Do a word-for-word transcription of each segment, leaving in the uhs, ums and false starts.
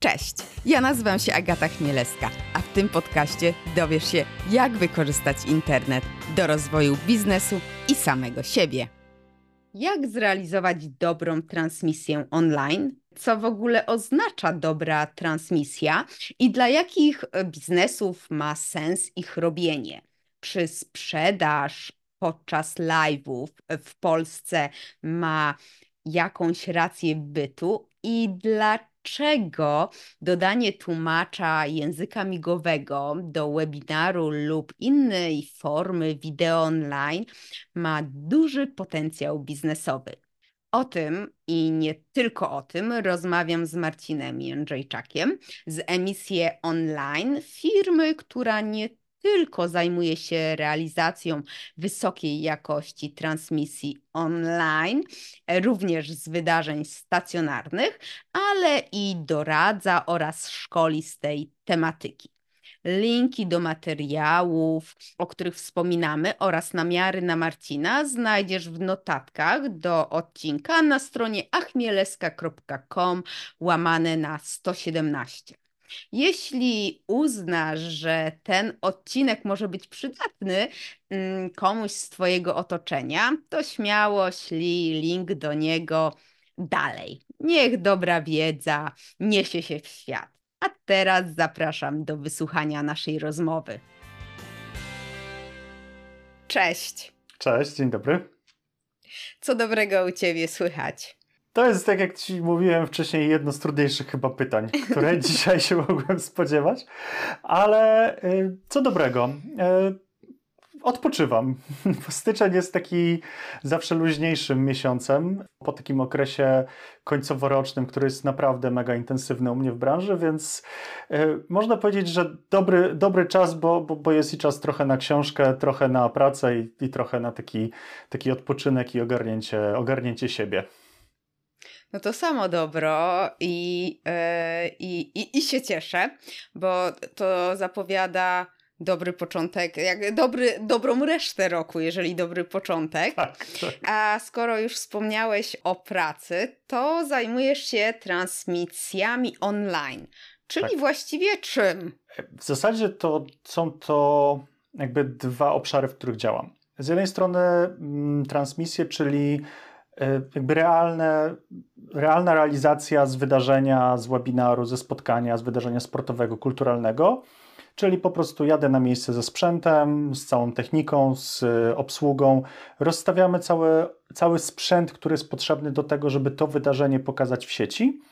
Cześć, ja nazywam się Agata Chmielewska, a w tym podcaście dowiesz się, jak wykorzystać internet do rozwoju biznesu i samego siebie. Jak zrealizować dobrą transmisję online? Co w ogóle oznacza dobra transmisja i dla jakich biznesów ma sens ich robienie? Czy sprzedaż podczas live'ów w Polsce ma jakąś rację bytu i dlaczego? Dlaczego dodanie tłumacza języka migowego do webinaru lub innej formy wideo online ma duży potencjał biznesowy? O tym i nie tylko o tym rozmawiam z Marcinem Jędrzejczakiem z Emisje Online, firmy, która nie tylko zajmuje się realizacją wysokiej jakości transmisji online, również z wydarzeń stacjonarnych, ale i doradza oraz szkoli z tej tematyki. Linki do materiałów, o których wspominamy, oraz namiary na Marcina znajdziesz w notatkach do odcinka na stronie achmielewska kropka com łamane na sto siedemnaście. Jeśli uznasz, że ten odcinek może być przydatny mm, komuś z Twojego otoczenia, to śmiało ślij link do niego dalej. Niech dobra wiedza niesie się w świat. A teraz zapraszam do wysłuchania naszej rozmowy. Cześć. Cześć, dzień dobry. Co dobrego u Ciebie słychać? To jest, tak jak Ci mówiłem wcześniej, jedno z trudniejszych chyba pytań, które dzisiaj się mogłem spodziewać, ale y, co dobrego. Y, Odpoczywam. Styczeń jest taki zawsze luźniejszym miesiącem po takim okresie końcoworocznym, który jest naprawdę mega intensywny u mnie w branży, więc y, można powiedzieć, że dobry, dobry czas, bo, bo, bo jest i czas trochę na książkę, trochę na pracę i, i trochę na taki, taki odpoczynek i ogarnięcie, ogarnięcie siebie. No to samo dobro i, yy, i, i, i się cieszę, bo to zapowiada dobry początek, jak dobry, dobrą resztę roku, jeżeli dobry początek. Tak, tak. A skoro już wspomniałeś o pracy, to zajmujesz się transmisjami online, czyli Tak. Właściwie czym? W zasadzie to są to jakby dwa obszary, w których działam. Z jednej strony mm, transmisje, czyli jakby realne, realna realizacja z wydarzenia, z webinaru, ze spotkania, z wydarzenia sportowego, kulturalnego, czyli po prostu jadę na miejsce ze sprzętem, z całą techniką, z obsługą, rozstawiamy cały, cały sprzęt, który jest potrzebny do tego, żeby to wydarzenie pokazać w sieci.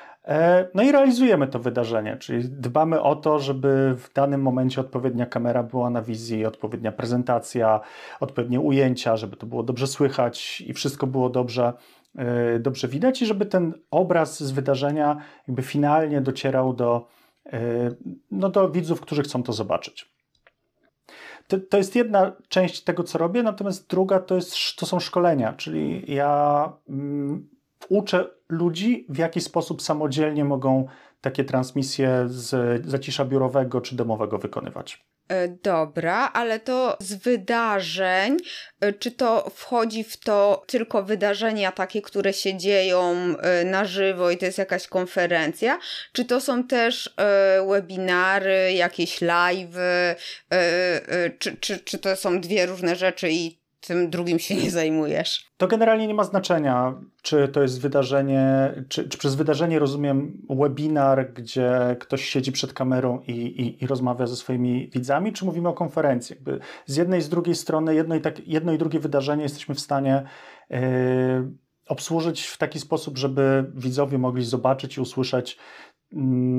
No i realizujemy to wydarzenie, czyli dbamy o to, żeby w danym momencie odpowiednia kamera była na wizji, odpowiednia prezentacja, odpowiednie ujęcia, żeby to było dobrze słychać i wszystko było dobrze, dobrze widać i żeby ten obraz z wydarzenia jakby finalnie docierał do, no do widzów, którzy chcą to zobaczyć. To, to jest jedna część tego, co robię, natomiast druga to, jest, to są szkolenia, czyli ja mm, uczę ludzi, w jaki sposób samodzielnie mogą takie transmisje z zacisza biurowego czy domowego wykonywać. Dobra, ale to z wydarzeń, czy to wchodzi w to tylko wydarzenia takie, które się dzieją na żywo i to jest jakaś konferencja, czy to są też webinary, jakieś live'y, czy, czy, czy to są dwie różne rzeczy i tym drugim się nie zajmujesz? To generalnie nie ma znaczenia, czy to jest wydarzenie, czy, czy przez wydarzenie rozumiem webinar, gdzie ktoś siedzi przed kamerą i, i, i rozmawia ze swoimi widzami, czy mówimy o konferencji. Jakby z jednej i z drugiej strony jedno i, tak, jedno i drugie wydarzenie jesteśmy w stanie yy, obsłużyć w taki sposób, żeby widzowie mogli zobaczyć i usłyszeć yy,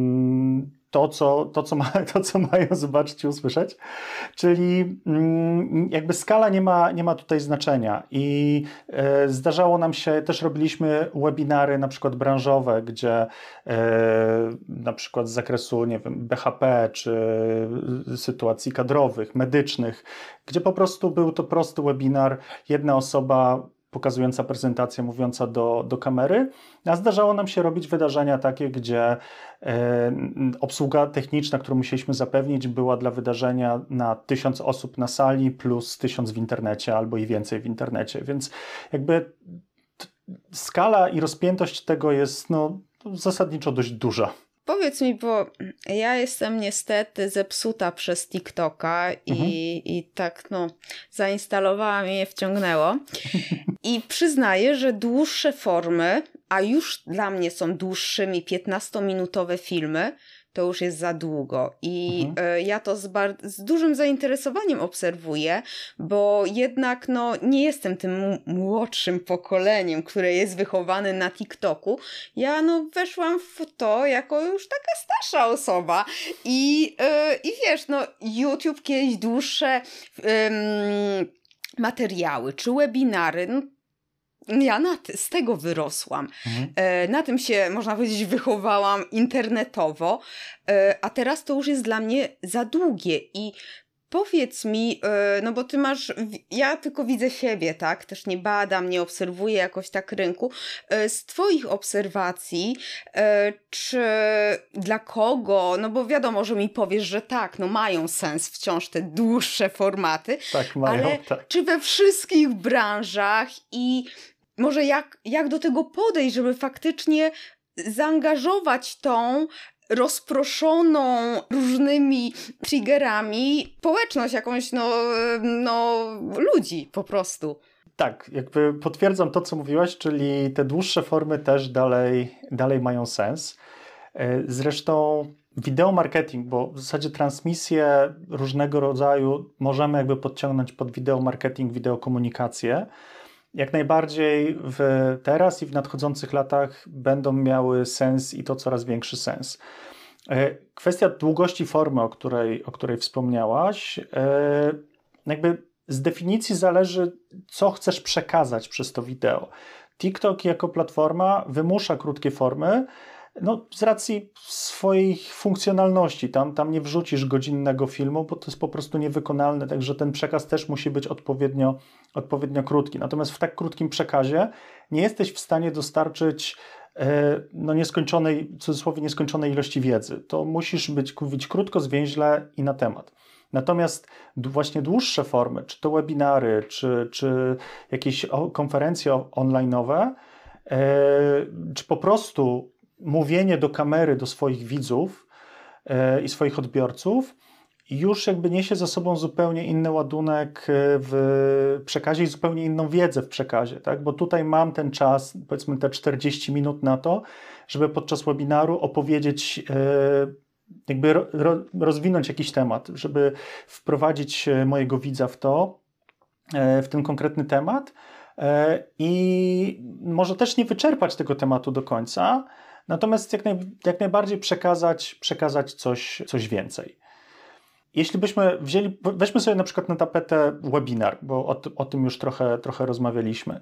To co, to, co ma, to, co mają zobaczyć i usłyszeć. Czyli mm, jakby skala nie ma, nie ma tutaj znaczenia. I e, zdarzało nam się, też robiliśmy webinary na przykład branżowe, gdzie e, na przykład z zakresu, nie wiem, B H P, czy sytuacji kadrowych, medycznych, gdzie po prostu był to prosty webinar, jedna osoba pokazująca prezentację, mówiąca do, do kamery, a zdarzało nam się robić wydarzenia takie, gdzie e, obsługa techniczna, którą musieliśmy zapewnić, była dla wydarzenia na tysiąc osób na sali plus tysiąc w internecie albo i więcej w internecie, więc jakby t- skala i rozpiętość tego jest no, zasadniczo dość duża. powiedz mi, bo ja jestem niestety zepsuta przez TikToka i, mhm. i tak no zainstalowałam i je wciągnęło. I przyznaję, że dłuższe formy, a już dla mnie są dłuższymi piętnastominutowe filmy, to już jest za długo. I mhm. y, ja to z, bar- z dużym zainteresowaniem obserwuję, bo jednak no, nie jestem tym m- młodszym pokoleniem, które jest wychowane na TikToku. Ja no, weszłam w to jako już taka starsza osoba. I, y, i wiesz, no YouTube kiedyś dłuższe ym, materiały czy webinary, no, ja na ty, z tego wyrosłam. Mhm. E, na tym się, można powiedzieć, wychowałam internetowo, e, a teraz to już jest dla mnie za długie. I powiedz mi, e, no bo ty masz, ja tylko widzę siebie, tak? Też nie badam, nie obserwuję jakoś tak rynku. E, z twoich obserwacji, e, czy dla kogo, no bo wiadomo, że mi powiesz, że tak, no mają sens wciąż te dłuższe formaty. Tak, mają, ale tak. Czy we wszystkich branżach i może jak, jak do tego podejść, żeby faktycznie zaangażować tą rozproszoną różnymi triggerami społeczność jakąś, no, no ludzi po prostu. Tak, jakby potwierdzam to, co mówiłaś, czyli te dłuższe formy też dalej, dalej mają sens. Zresztą wideo marketing, bo w zasadzie transmisje różnego rodzaju możemy jakby podciągnąć pod wideo marketing, wideo komunikację. Jak najbardziej w teraz i w nadchodzących latach będą miały sens i to coraz większy sens. Kwestia długości formy, o której, o której wspomniałaś, jakby z definicji zależy, co chcesz przekazać przez to wideo. TikTok jako platforma wymusza krótkie formy, no, z racji swoich funkcjonalności. Tam, tam nie wrzucisz godzinnego filmu, bo to jest po prostu niewykonalne, także ten przekaz też musi być odpowiednio, odpowiednio krótki. Natomiast w tak krótkim przekazie nie jesteś w stanie dostarczyć e, no, nieskończonej, w cudzysłowie nieskończonej ilości wiedzy. To musisz być, mówić krótko, zwięźle i na temat. Natomiast właśnie dłuższe formy, czy to webinary, czy, czy jakieś konferencje online'owe, e, czy po prostu mówienie do kamery, do swoich widzów e, i swoich odbiorców już jakby niesie za sobą zupełnie inny ładunek w przekazie i zupełnie inną wiedzę w przekazie, tak? Bo tutaj mam ten czas, powiedzmy te czterdzieści minut na to, żeby podczas webinaru opowiedzieć, e, jakby ro, rozwinąć jakiś temat, żeby wprowadzić mojego widza w to, e, w ten konkretny temat e, i może też nie wyczerpać tego tematu do końca, natomiast jak, naj, jak najbardziej przekazać, przekazać coś, coś więcej. Jeśli byśmy wzięli, weźmy sobie na przykład na tapetę webinar, bo o, o tym już trochę, trochę rozmawialiśmy.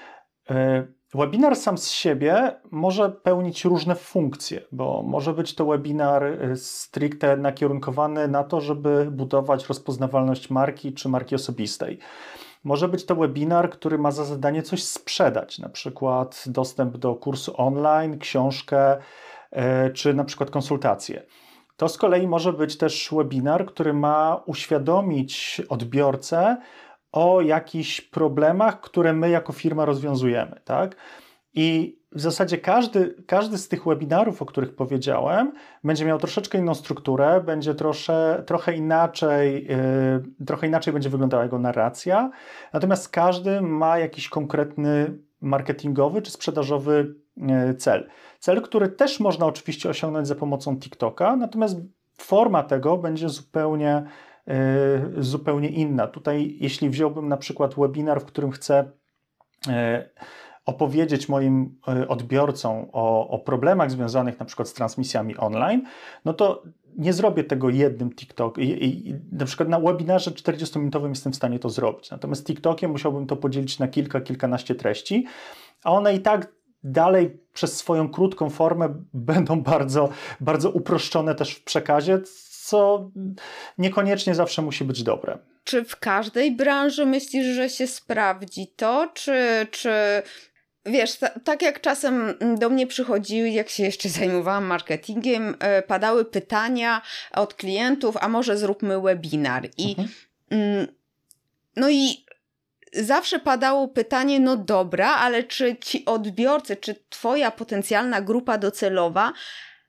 Webinar sam z siebie może pełnić różne funkcje, bo może być to webinar stricte nakierunkowany na to, żeby budować rozpoznawalność marki czy marki osobistej. Może być to webinar, który ma za zadanie coś sprzedać, na przykład dostęp do kursu online, książkę czy na przykład konsultacje. To z kolei może być też webinar, który ma uświadomić odbiorcę o jakichś problemach, które my jako firma rozwiązujemy, tak? I w zasadzie każdy, każdy z tych webinarów, o których powiedziałem, będzie miał troszeczkę inną strukturę, będzie trosze, trochę inaczej, yy, trochę inaczej będzie wyglądała jego narracja, natomiast każdy ma jakiś konkretny marketingowy czy sprzedażowy yy, cel. Cel, który też można oczywiście osiągnąć za pomocą TikToka, natomiast forma tego będzie zupełnie, yy, zupełnie inna. Tutaj, jeśli wziąłbym na przykład webinar, w którym chcę yy, opowiedzieć moim odbiorcom o, o problemach związanych na przykład z transmisjami online, no to nie zrobię tego jednym TikTok. I, i, na przykład na webinarze czterdziestominutowym jestem w stanie to zrobić. Natomiast TikTokiem musiałbym to podzielić na kilka, kilkanaście treści, a one i tak dalej przez swoją krótką formę będą bardzo, bardzo uproszczone też w przekazie, co niekoniecznie zawsze musi być dobre. Czy w każdej branży myślisz, że się sprawdzi to, czy... czy... Wiesz, ta, tak jak czasem do mnie przychodziły, jak się jeszcze zajmowałam marketingiem, e, padały pytania od klientów, a może zróbmy webinar. I mhm. mm, no i zawsze padało pytanie, no dobra, ale czy ci odbiorcy, czy twoja potencjalna grupa docelowa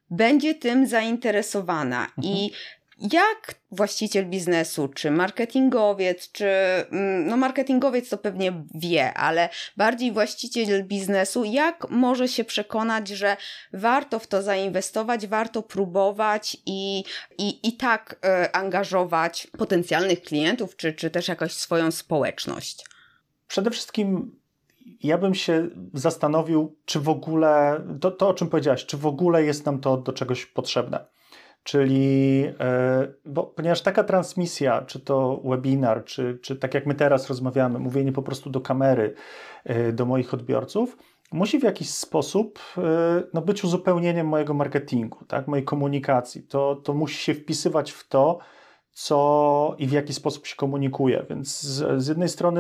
będzie tym zainteresowana mhm. i jak właściciel biznesu, czy marketingowiec, czy no marketingowiec to pewnie wie, ale bardziej właściciel biznesu, jak może się przekonać, że warto w to zainwestować, warto próbować i, i, i tak y, angażować potencjalnych klientów, czy, czy też jakąś swoją społeczność? Przede wszystkim ja bym się zastanowił, czy w ogóle, to, to o czym powiedziałaś, czy w ogóle jest nam to do czegoś potrzebne. Czyli, bo, ponieważ taka transmisja, czy to webinar, czy, czy tak jak my teraz rozmawiamy, mówienie po prostu do kamery, do moich odbiorców, musi w jakiś sposób no, być uzupełnieniem mojego marketingu, tak, mojej komunikacji. To, to musi się wpisywać w to, co i w jaki sposób się komunikuje. Więc z, z jednej strony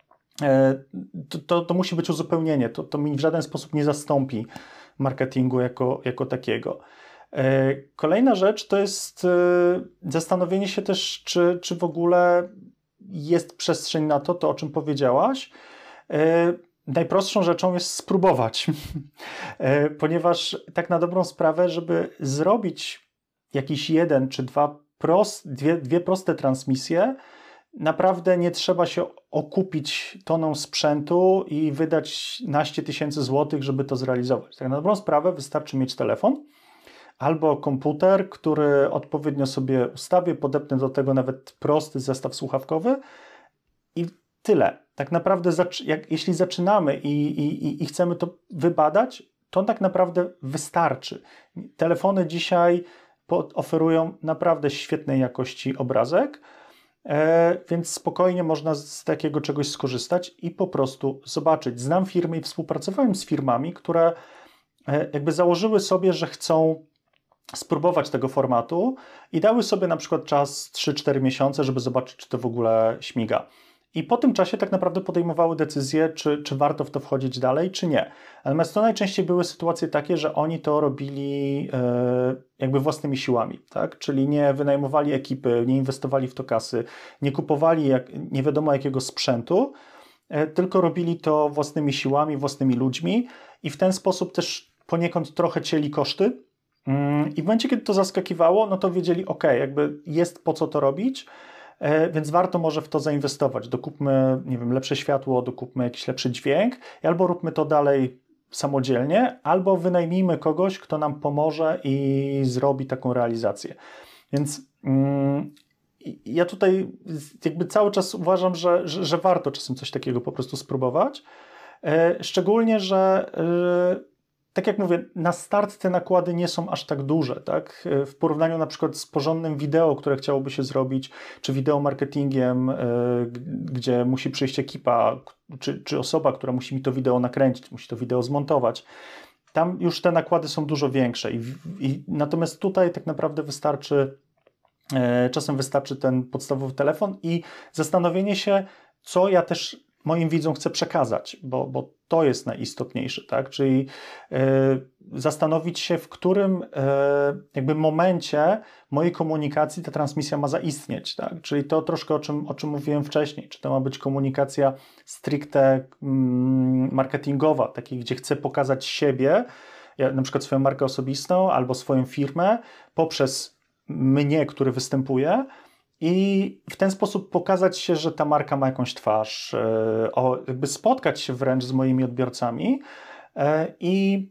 to, to, to musi być uzupełnienie, to, to mi w żaden sposób nie zastąpi marketingu jako, jako takiego. Kolejna rzecz to jest zastanowienie się też, czy, czy w ogóle jest przestrzeń na to, to o czym powiedziałaś. Najprostszą rzeczą jest spróbować, ponieważ tak na dobrą sprawę, żeby zrobić jakiś jeden czy dwa prost, dwie, dwie proste transmisje, naprawdę nie trzeba się okupić toną sprzętu i wydać naście tysięcy złotych, żeby to zrealizować. Tak na dobrą sprawę wystarczy mieć telefon albo komputer, który odpowiednio sobie ustawię, podepnę do tego nawet prosty zestaw słuchawkowy i tyle. Tak naprawdę, jak, jeśli zaczynamy i, i, i chcemy to wybadać, to tak naprawdę wystarczy. Telefony dzisiaj oferują naprawdę świetnej jakości obrazek, e, więc spokojnie można z takiego czegoś skorzystać i po prostu zobaczyć. Znam firmy i współpracowałem z firmami, które e, jakby założyły sobie, że chcą spróbować tego formatu i dały sobie na przykład czas trzy cztery miesiące, żeby zobaczyć, czy to w ogóle śmiga. I po tym czasie tak naprawdę podejmowały decyzję, czy, czy warto w to wchodzić dalej, czy nie. Natomiast to najczęściej były sytuacje takie, że oni to robili e, jakby własnymi siłami, tak? Czyli nie wynajmowali ekipy, nie inwestowali w to kasy, nie kupowali jak, nie wiadomo jakiego sprzętu, e, tylko robili to własnymi siłami, własnymi ludźmi i w ten sposób też poniekąd trochę cięli koszty. I w momencie, kiedy to zaskakiwało, no to wiedzieli, ok, jakby jest po co to robić, więc warto może w to zainwestować. Dokupmy, nie wiem, lepsze światło, dokupmy jakiś lepszy dźwięk, albo róbmy to dalej samodzielnie, albo wynajmijmy kogoś, kto nam pomoże i zrobi taką realizację. Więc mm, ja tutaj jakby cały czas uważam, że, że, że warto czasem coś takiego po prostu spróbować. Szczególnie, że tak jak mówię, na start te nakłady nie są aż tak duże, tak? W porównaniu na przykład z porządnym wideo, które chciałoby się zrobić, czy wideo marketingiem, gdzie musi przyjść ekipa, czy, czy osoba, która musi mi to wideo nakręcić, musi to wideo zmontować. Tam już te nakłady są dużo większe. I, i, natomiast tutaj tak naprawdę wystarczy, czasem wystarczy ten podstawowy telefon i zastanowienie się, co ja też moim widzom chcę przekazać, bo, bo to jest najistotniejsze, tak? Czyli y, zastanowić się, w którym y, jakby momencie mojej komunikacji ta transmisja ma zaistnieć, tak? Czyli to troszkę o czym, o czym mówiłem wcześniej, czy to ma być komunikacja stricte mm, marketingowa, takiej, gdzie chcę pokazać siebie, ja, na przykład swoją markę osobistą albo swoją firmę poprzez mnie, który występuje, i w ten sposób pokazać się, że ta marka ma jakąś twarz, o, jakby spotkać się wręcz z moimi odbiorcami i,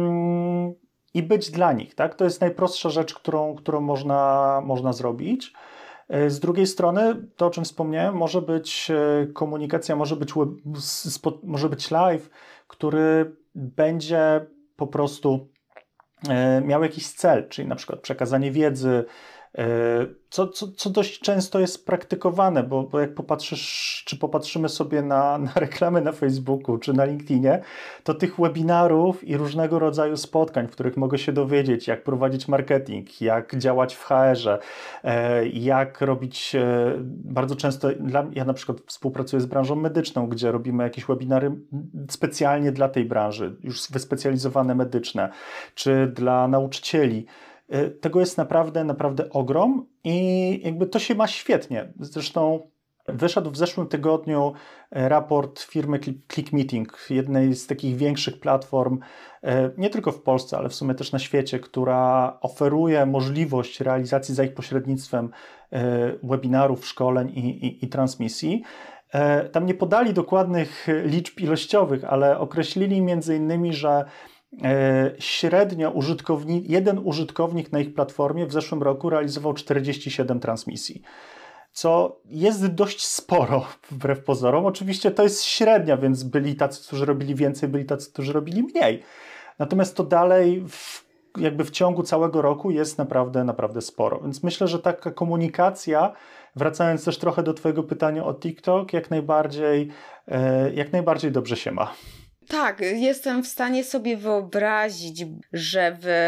i być dla nich. Tak? To jest najprostsza rzecz, którą, którą można, można zrobić. Z drugiej strony, to o czym wspomniałem, może być komunikacja, może być, web, może być live, który będzie po prostu miał jakiś cel, czyli na przykład przekazanie wiedzy, Co, co, co dość często jest praktykowane, bo, bo jak popatrzysz, czy popatrzymy sobie na, na reklamy na Facebooku czy na LinkedInie, to tych webinarów i różnego rodzaju spotkań, w których mogę się dowiedzieć, jak prowadzić marketing, jak działać w H R-ze, jak robić, bardzo często, dla, ja na przykład współpracuję z branżą medyczną, gdzie robimy jakieś webinary specjalnie dla tej branży, już wyspecjalizowane medyczne, czy dla nauczycieli. Tego jest naprawdę, naprawdę ogrom i jakby to się ma świetnie. Zresztą Wyszedł w zeszłym tygodniu raport firmy ClickMeeting, jednej z takich większych platform, nie tylko w Polsce, ale w sumie też na świecie, która oferuje możliwość realizacji za ich pośrednictwem webinarów, szkoleń i, i, i transmisji. Tam nie podali dokładnych liczb ilościowych, ale określili między innymi, że średnio użytkownik, jeden użytkownik na ich platformie w zeszłym roku realizował czterdzieści siedem transmisji, co jest dość sporo wbrew pozorom. Oczywiście to jest średnia, więc byli tacy, którzy robili więcej, byli tacy, którzy robili mniej. Natomiast to dalej w, jakby w ciągu całego roku jest naprawdę, naprawdę sporo. Więc myślę, że taka komunikacja, wracając też trochę do twojego pytania o TikTok, jak najbardziej, jak najbardziej dobrze się ma. Tak, jestem w stanie sobie wyobrazić, że w,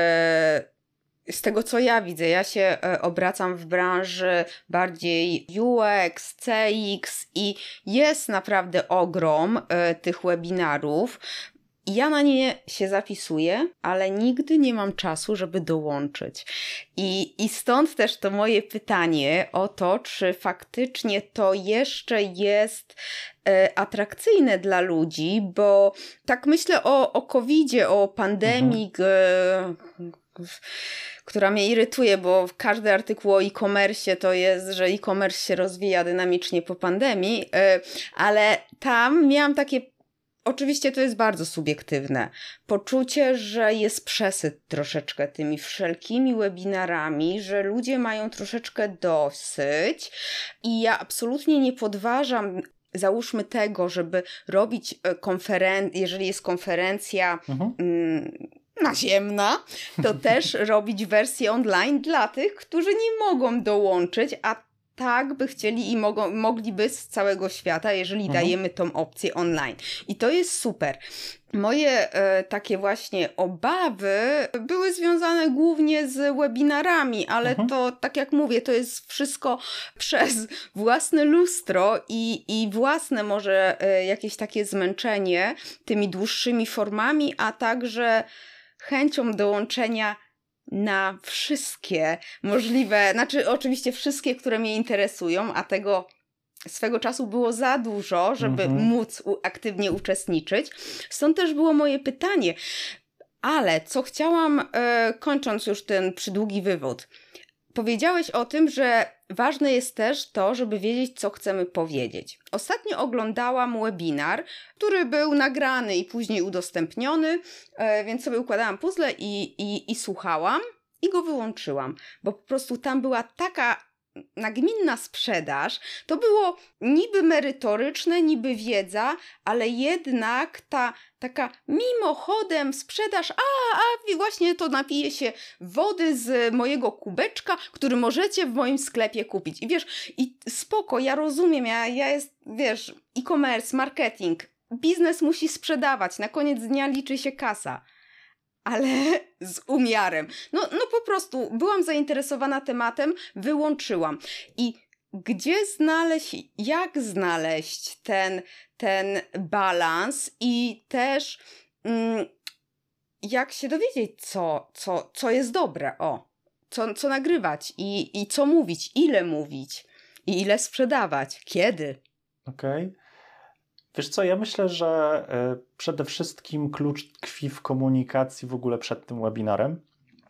z tego co ja widzę, ja się obracam w branży bardziej U X, C X i jest naprawdę ogrom tych webinarów. Ja na nie się zapisuję, ale nigdy nie mam czasu, żeby dołączyć. I, i stąd też to moje pytanie o to, czy faktycznie to jeszcze jest e, atrakcyjne dla ludzi, bo tak myślę o, o kowidzie, o pandemii, mhm. e, która mnie irytuje, bo każdy artykuł o e-commerce to jest, że e-commerce się rozwija dynamicznie po pandemii, e, ale tam miałam takie oczywiście to jest bardzo subiektywne. Poczucie, że jest przesyt troszeczkę tymi wszelkimi webinarami, że ludzie mają troszeczkę dosyć i ja absolutnie nie podważam, załóżmy tego, żeby robić konferencję, jeżeli jest konferencja mhm. mm, naziemna, to też robić wersję online dla tych, którzy nie mogą dołączyć, a tak by chcieli i mogą, mogliby z całego świata, jeżeli mhm. dajemy tą opcję online. I to jest super. Moje e, takie właśnie obawy były związane głównie z webinarami, ale mhm. to, tak jak mówię, to jest wszystko przez własne lustro i, i własne może e, jakieś takie zmęczenie tymi dłuższymi formami, a także chęcią dołączenia na wszystkie możliwe, znaczy oczywiście wszystkie, które mnie interesują, a tego swego czasu było za dużo, żeby mm-hmm. móc u- aktywnie uczestniczyć. Stąd też było moje pytanie. Ale co chciałam, e, kończąc już ten przydługi wywód, powiedziałeś o tym, że ważne jest też to, żeby wiedzieć, co chcemy powiedzieć. Ostatnio oglądałam webinar, który był nagrany i później udostępniony, więc sobie układałam puzzle i, i, i słuchałam i go wyłączyłam, bo po prostu tam była taka nagminna sprzedaż. To było niby merytoryczne, niby wiedza, ale jednak ta taka mimochodem sprzedaż, a, a właśnie to napije się wody z mojego kubeczka, który możecie w moim sklepie kupić. I wiesz, i spoko, ja rozumiem, ja, ja jest, wiesz, e-commerce, marketing, biznes musi sprzedawać, na koniec dnia liczy się kasa. Ale z umiarem. No, no po prostu byłam zainteresowana tematem, wyłączyłam. I gdzie znaleźć, jak znaleźć ten, ten balans i też mm, jak się dowiedzieć, co, co, co jest dobre, o, co, co nagrywać i, i co mówić, ile mówić i ile sprzedawać, kiedy. Okej. Okay. Wiesz co, ja myślę, że przede wszystkim klucz tkwi w komunikacji w ogóle przed tym webinarem,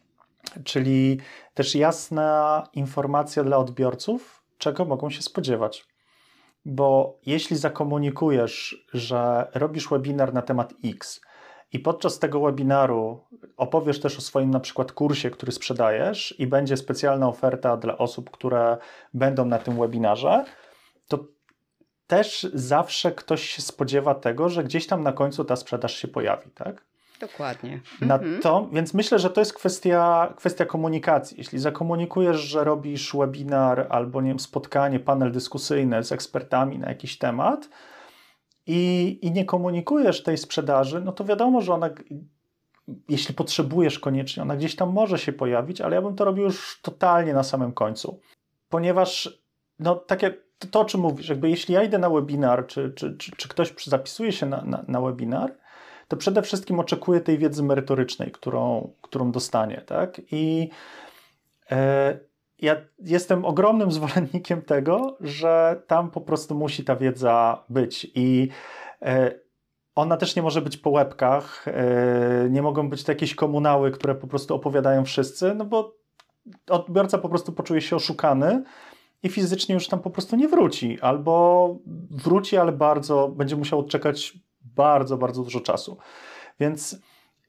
czyli też jasna informacja dla odbiorców, czego mogą się spodziewać. Bo jeśli zakomunikujesz, że robisz webinar na temat X i podczas tego webinaru opowiesz też o swoim na przykład kursie, który sprzedajesz i będzie specjalna oferta dla osób, które będą na tym webinarze, to też zawsze ktoś się spodziewa tego, że gdzieś tam na końcu ta sprzedaż się pojawi, tak? Dokładnie. Na to, więc myślę, że to jest kwestia, kwestia komunikacji. Jeśli zakomunikujesz, że robisz webinar albo nie wiem, spotkanie, panel dyskusyjny z ekspertami na jakiś temat i, i nie komunikujesz tej sprzedaży, no to wiadomo, że ona, jeśli potrzebujesz koniecznie, ona gdzieś tam może się pojawić, ale ja bym to robił już totalnie na samym końcu. Ponieważ, no tak jak to, to o czym mówisz, jakby jeśli ja idę na webinar, czy, czy, czy, czy ktoś zapisuje się na, na, na webinar, to przede wszystkim oczekuję tej wiedzy merytorycznej, którą, którą dostanie, tak? I, e, ja jestem ogromnym zwolennikiem tego, że tam po prostu musi ta wiedza być i ona też nie może być po łebkach, nie mogą być to jakieś komunały, które po prostu opowiadają wszyscy, no bo odbiorca po prostu poczuje się oszukany i fizycznie już tam po prostu nie wróci, albo wróci, ale bardzo, będzie musiał odczekać bardzo, bardzo dużo czasu. Więc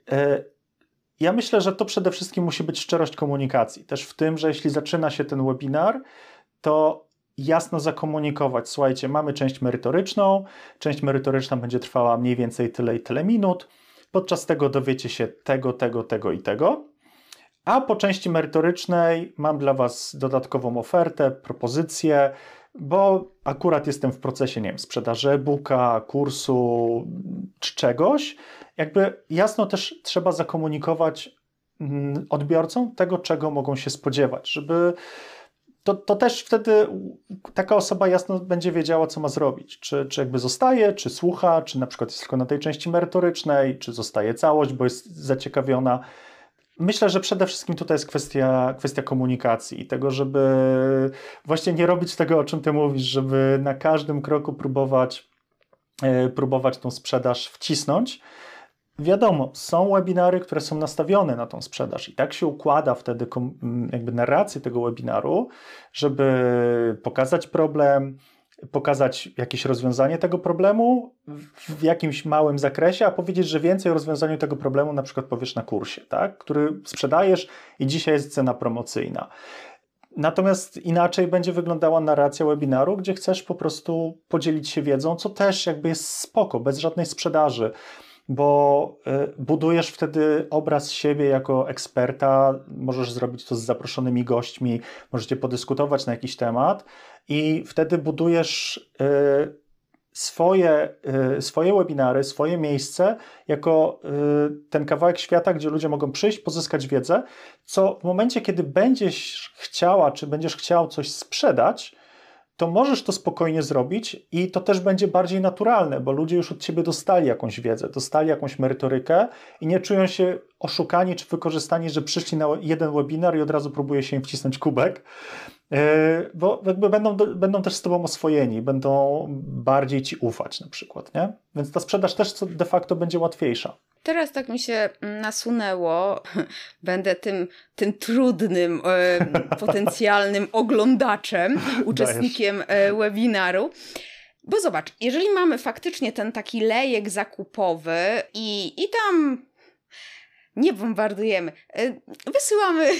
ja myślę, że to przede wszystkim musi być szczerość komunikacji. Też w tym, że jeśli zaczyna się ten webinar, to jasno zakomunikować, słuchajcie, mamy część merytoryczną, część merytoryczna będzie trwała mniej więcej tyle i tyle minut, podczas tego dowiecie się tego, tego, tego i tego, a po części merytorycznej mam dla Was dodatkową ofertę, propozycję, bo akurat jestem w procesie, nie wiem, sprzedaży e-booka, kursu czy czegoś. Jakby jasno też trzeba zakomunikować odbiorcom tego, czego mogą się spodziewać, żeby to, to też wtedy taka osoba jasno będzie wiedziała, co ma zrobić. Czy, czy jakby zostaje, czy słucha, czy na przykład jest tylko na tej części merytorycznej, czy zostaje całość, bo jest zaciekawiona. Myślę, że przede wszystkim tutaj jest kwestia, kwestia komunikacji i tego, żeby właśnie nie robić tego, o czym ty mówisz, żeby na każdym kroku próbować, yy, próbować tą sprzedaż wcisnąć. Wiadomo, są webinary, które są nastawione na tą sprzedaż i tak się układa wtedy jakby narrację tego webinaru, żeby pokazać problem, pokazać jakieś rozwiązanie tego problemu w jakimś małym zakresie, a powiedzieć, że więcej o rozwiązaniu tego problemu na przykład powiesz na kursie, tak, który sprzedajesz i dzisiaj jest cena promocyjna. Natomiast inaczej będzie wyglądała narracja webinaru, gdzie chcesz po prostu podzielić się wiedzą, co też jakby jest spoko, bez żadnej sprzedaży, bo budujesz wtedy obraz siebie jako eksperta, możesz zrobić to z zaproszonymi gośćmi, możecie podyskutować na jakiś temat i wtedy budujesz swoje, swoje webinary, swoje miejsce jako ten kawałek świata, gdzie ludzie mogą przyjść, pozyskać wiedzę, co w momencie, kiedy będziesz chciała, czy będziesz chciał coś sprzedać, to możesz to spokojnie zrobić i to też będzie bardziej naturalne, bo ludzie już od ciebie dostali jakąś wiedzę, dostali jakąś merytorykę i nie czują się oszukani czy wykorzystani, że przyszli na jeden webinar i od razu próbuje się im wcisnąć kubek, bo jakby będą, będą też z tobą oswojeni, będą bardziej ci ufać na przykład, nie? Więc ta sprzedaż też de facto będzie łatwiejsza. Teraz tak mi się nasunęło, będę tym, tym trudnym, e, potencjalnym oglądaczem, uczestnikiem e, webinaru. Bo zobacz, jeżeli mamy faktycznie ten taki lejek zakupowy i, i tam nie bombardujemy, e, wysyłamy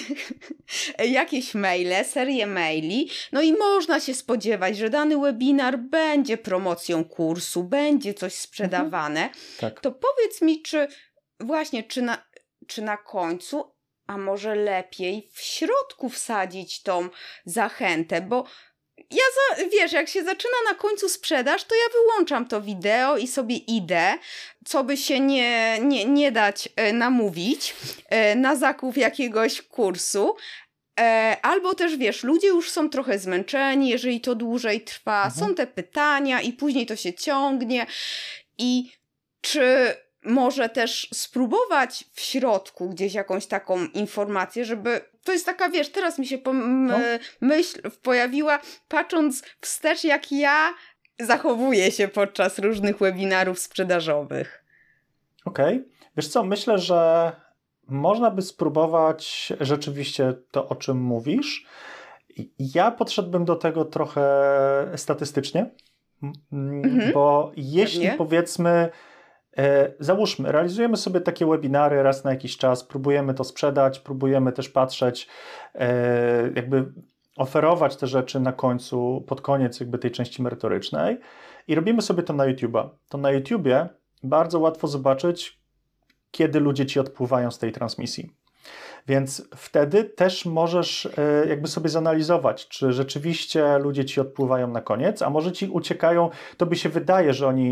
jakieś maile, serię maili, no i można się spodziewać, że dany webinar będzie promocją kursu, będzie coś sprzedawane, mhm. Tak. To powiedz mi, czy właśnie, czy na, czy na końcu, a może lepiej w środku wsadzić tą zachętę, bo ja, za, wiesz, jak się zaczyna na końcu sprzedaż, to ja wyłączam to wideo i sobie idę, co by się nie, nie, nie dać e, namówić e, na zakup jakiegoś kursu. E, albo też, wiesz, ludzie już są trochę zmęczeni, jeżeli to dłużej trwa, mhm. Są te pytania i później to się ciągnie. I czy może też spróbować w środku gdzieś jakąś taką informację, żeby... To jest taka, wiesz, teraz mi się pom- no. myśl pojawiła, patrząc wstecz, jak ja zachowuję się podczas różnych webinarów sprzedażowych. Okej. Okay. Wiesz co, myślę, że można by spróbować rzeczywiście to, o czym mówisz. Ja podszedłbym do tego trochę statystycznie, mhm. bo jeśli Pewnie. powiedzmy... Załóżmy, realizujemy sobie takie webinary raz na jakiś czas, próbujemy to sprzedać, próbujemy też patrzeć, jakby oferować te rzeczy na końcu, pod koniec jakby tej części merytorycznej i robimy sobie to na YouTube'a. To na YouTubie bardzo łatwo zobaczyć, kiedy ludzie ci odpływają z tej transmisji. Więc wtedy też możesz jakby sobie zanalizować, czy rzeczywiście ludzie ci odpływają na koniec, a może ci uciekają, tobie się wydaje, że oni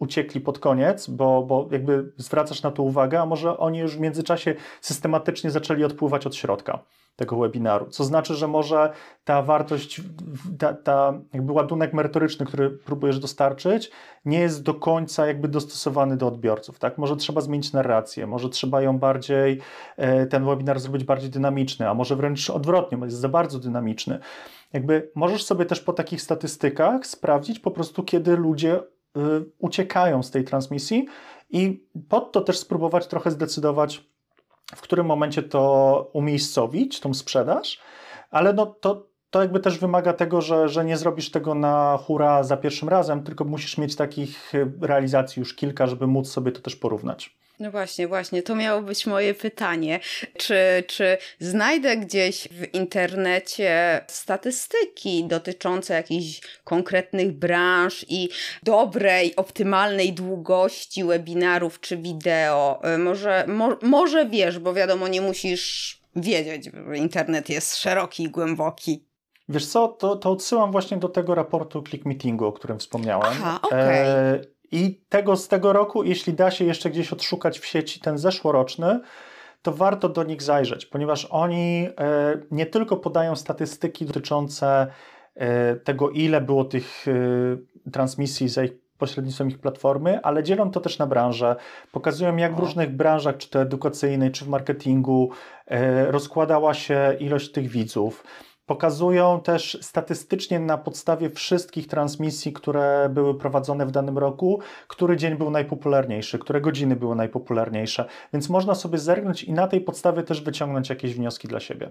uciekli pod koniec, bo, bo jakby zwracasz na to uwagę, a może oni już w międzyczasie systematycznie zaczęli odpływać od środka tego webinaru, co znaczy, że może ta wartość, ta, ta jakby ładunek merytoryczny, który próbujesz dostarczyć, nie jest do końca jakby dostosowany do odbiorców, tak? Może trzeba zmienić narrację, może trzeba ją bardziej, ten webinar zrobić bardziej dynamiczny, a może wręcz odwrotnie, bo jest za bardzo dynamiczny. Jakby możesz sobie też po takich statystykach sprawdzić po prostu, kiedy ludzie y, uciekają z tej transmisji i pod to też spróbować trochę zdecydować, w którym momencie to umiejscowić, tą sprzedaż, ale no to, to jakby też wymaga tego, że, że nie zrobisz tego na hura za pierwszym razem, tylko musisz mieć takich realizacji już kilka, żeby móc sobie to też porównać. No właśnie, właśnie, to miało być moje pytanie. Czy, czy znajdę gdzieś w internecie statystyki dotyczące jakichś konkretnych branż i dobrej, optymalnej długości webinarów czy wideo? Może, mo, może wiesz, bo wiadomo, nie musisz wiedzieć, bo internet jest szeroki i głęboki. Wiesz co, to, to odsyłam właśnie do tego raportu ClickMeetingu, o którym wspomniałem. Aha, okej. Okay. E- I tego z tego roku, jeśli da się jeszcze gdzieś odszukać w sieci ten zeszłoroczny, to warto do nich zajrzeć, ponieważ oni e, nie tylko podają statystyki dotyczące e, tego, ile było tych e, transmisji za ich pośrednictwem ich platformy, ale dzielą to też na branże. Pokazują, jak w różnych branżach, czy to edukacyjnej, czy w marketingu, e, rozkładała się ilość tych widzów. Pokazują też statystycznie na podstawie wszystkich transmisji, które były prowadzone w danym roku, który dzień był najpopularniejszy, które godziny były najpopularniejsze, więc można sobie zerknąć i na tej podstawie też wyciągnąć jakieś wnioski dla siebie.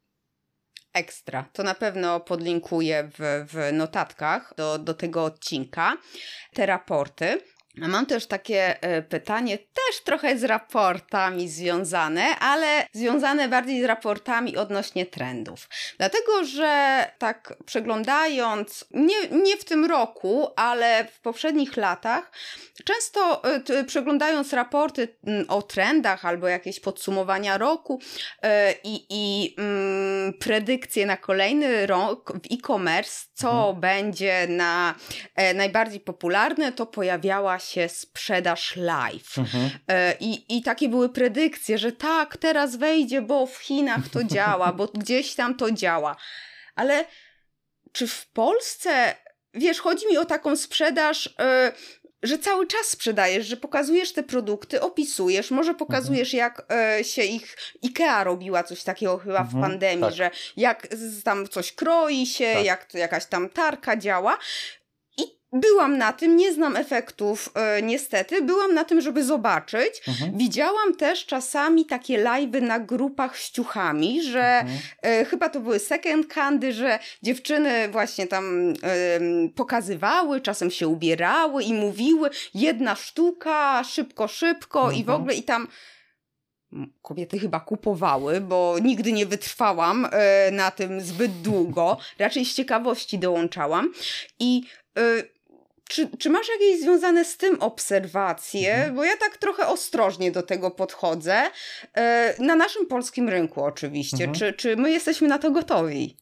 Ekstra. To na pewno podlinkuję w, w notatkach do, do tego odcinka, te raporty. A mam też takie y, pytanie, też trochę z raportami związane, ale związane bardziej z raportami odnośnie trendów. Dlatego, że tak przeglądając, nie, nie w tym roku, ale w poprzednich latach, często y, przeglądając raporty y, o trendach albo jakieś podsumowania roku y, i y, y, predykcje na kolejny rok w e-commerce, co mhm. będzie na y, najbardziej popularne, to pojawiała się sprzedaż live. Mhm. I, I takie były predykcje, że tak, teraz wejdzie, bo w Chinach to działa, bo gdzieś tam to działa. Ale czy w Polsce, wiesz, chodzi mi o taką sprzedaż, yy, że cały czas sprzedajesz, że pokazujesz te produkty, opisujesz, może pokazujesz, mhm. jak y, się ich IKEA robiła coś takiego chyba mhm, w pandemii, tak. że jak z, tam coś kroi się, tak. jak to jakaś tam tarka działa. Byłam na tym, nie znam efektów e, niestety, byłam na tym, żeby zobaczyć. Mhm. Widziałam też czasami takie live'y na grupach z ciuchami, że mhm. e, chyba to były second handy, że dziewczyny właśnie tam e, pokazywały, czasem się ubierały i mówiły jedna sztuka, szybko, szybko mhm. i w ogóle i tam kobiety chyba kupowały, bo nigdy nie wytrwałam e, na tym zbyt długo, raczej z ciekawości dołączałam i e, Czy, czy masz jakieś związane z tym obserwacje? Mhm. Bo ja tak trochę ostrożnie do tego podchodzę. Yy, na naszym polskim rynku oczywiście. Mhm. Czy, czy my jesteśmy na to gotowi?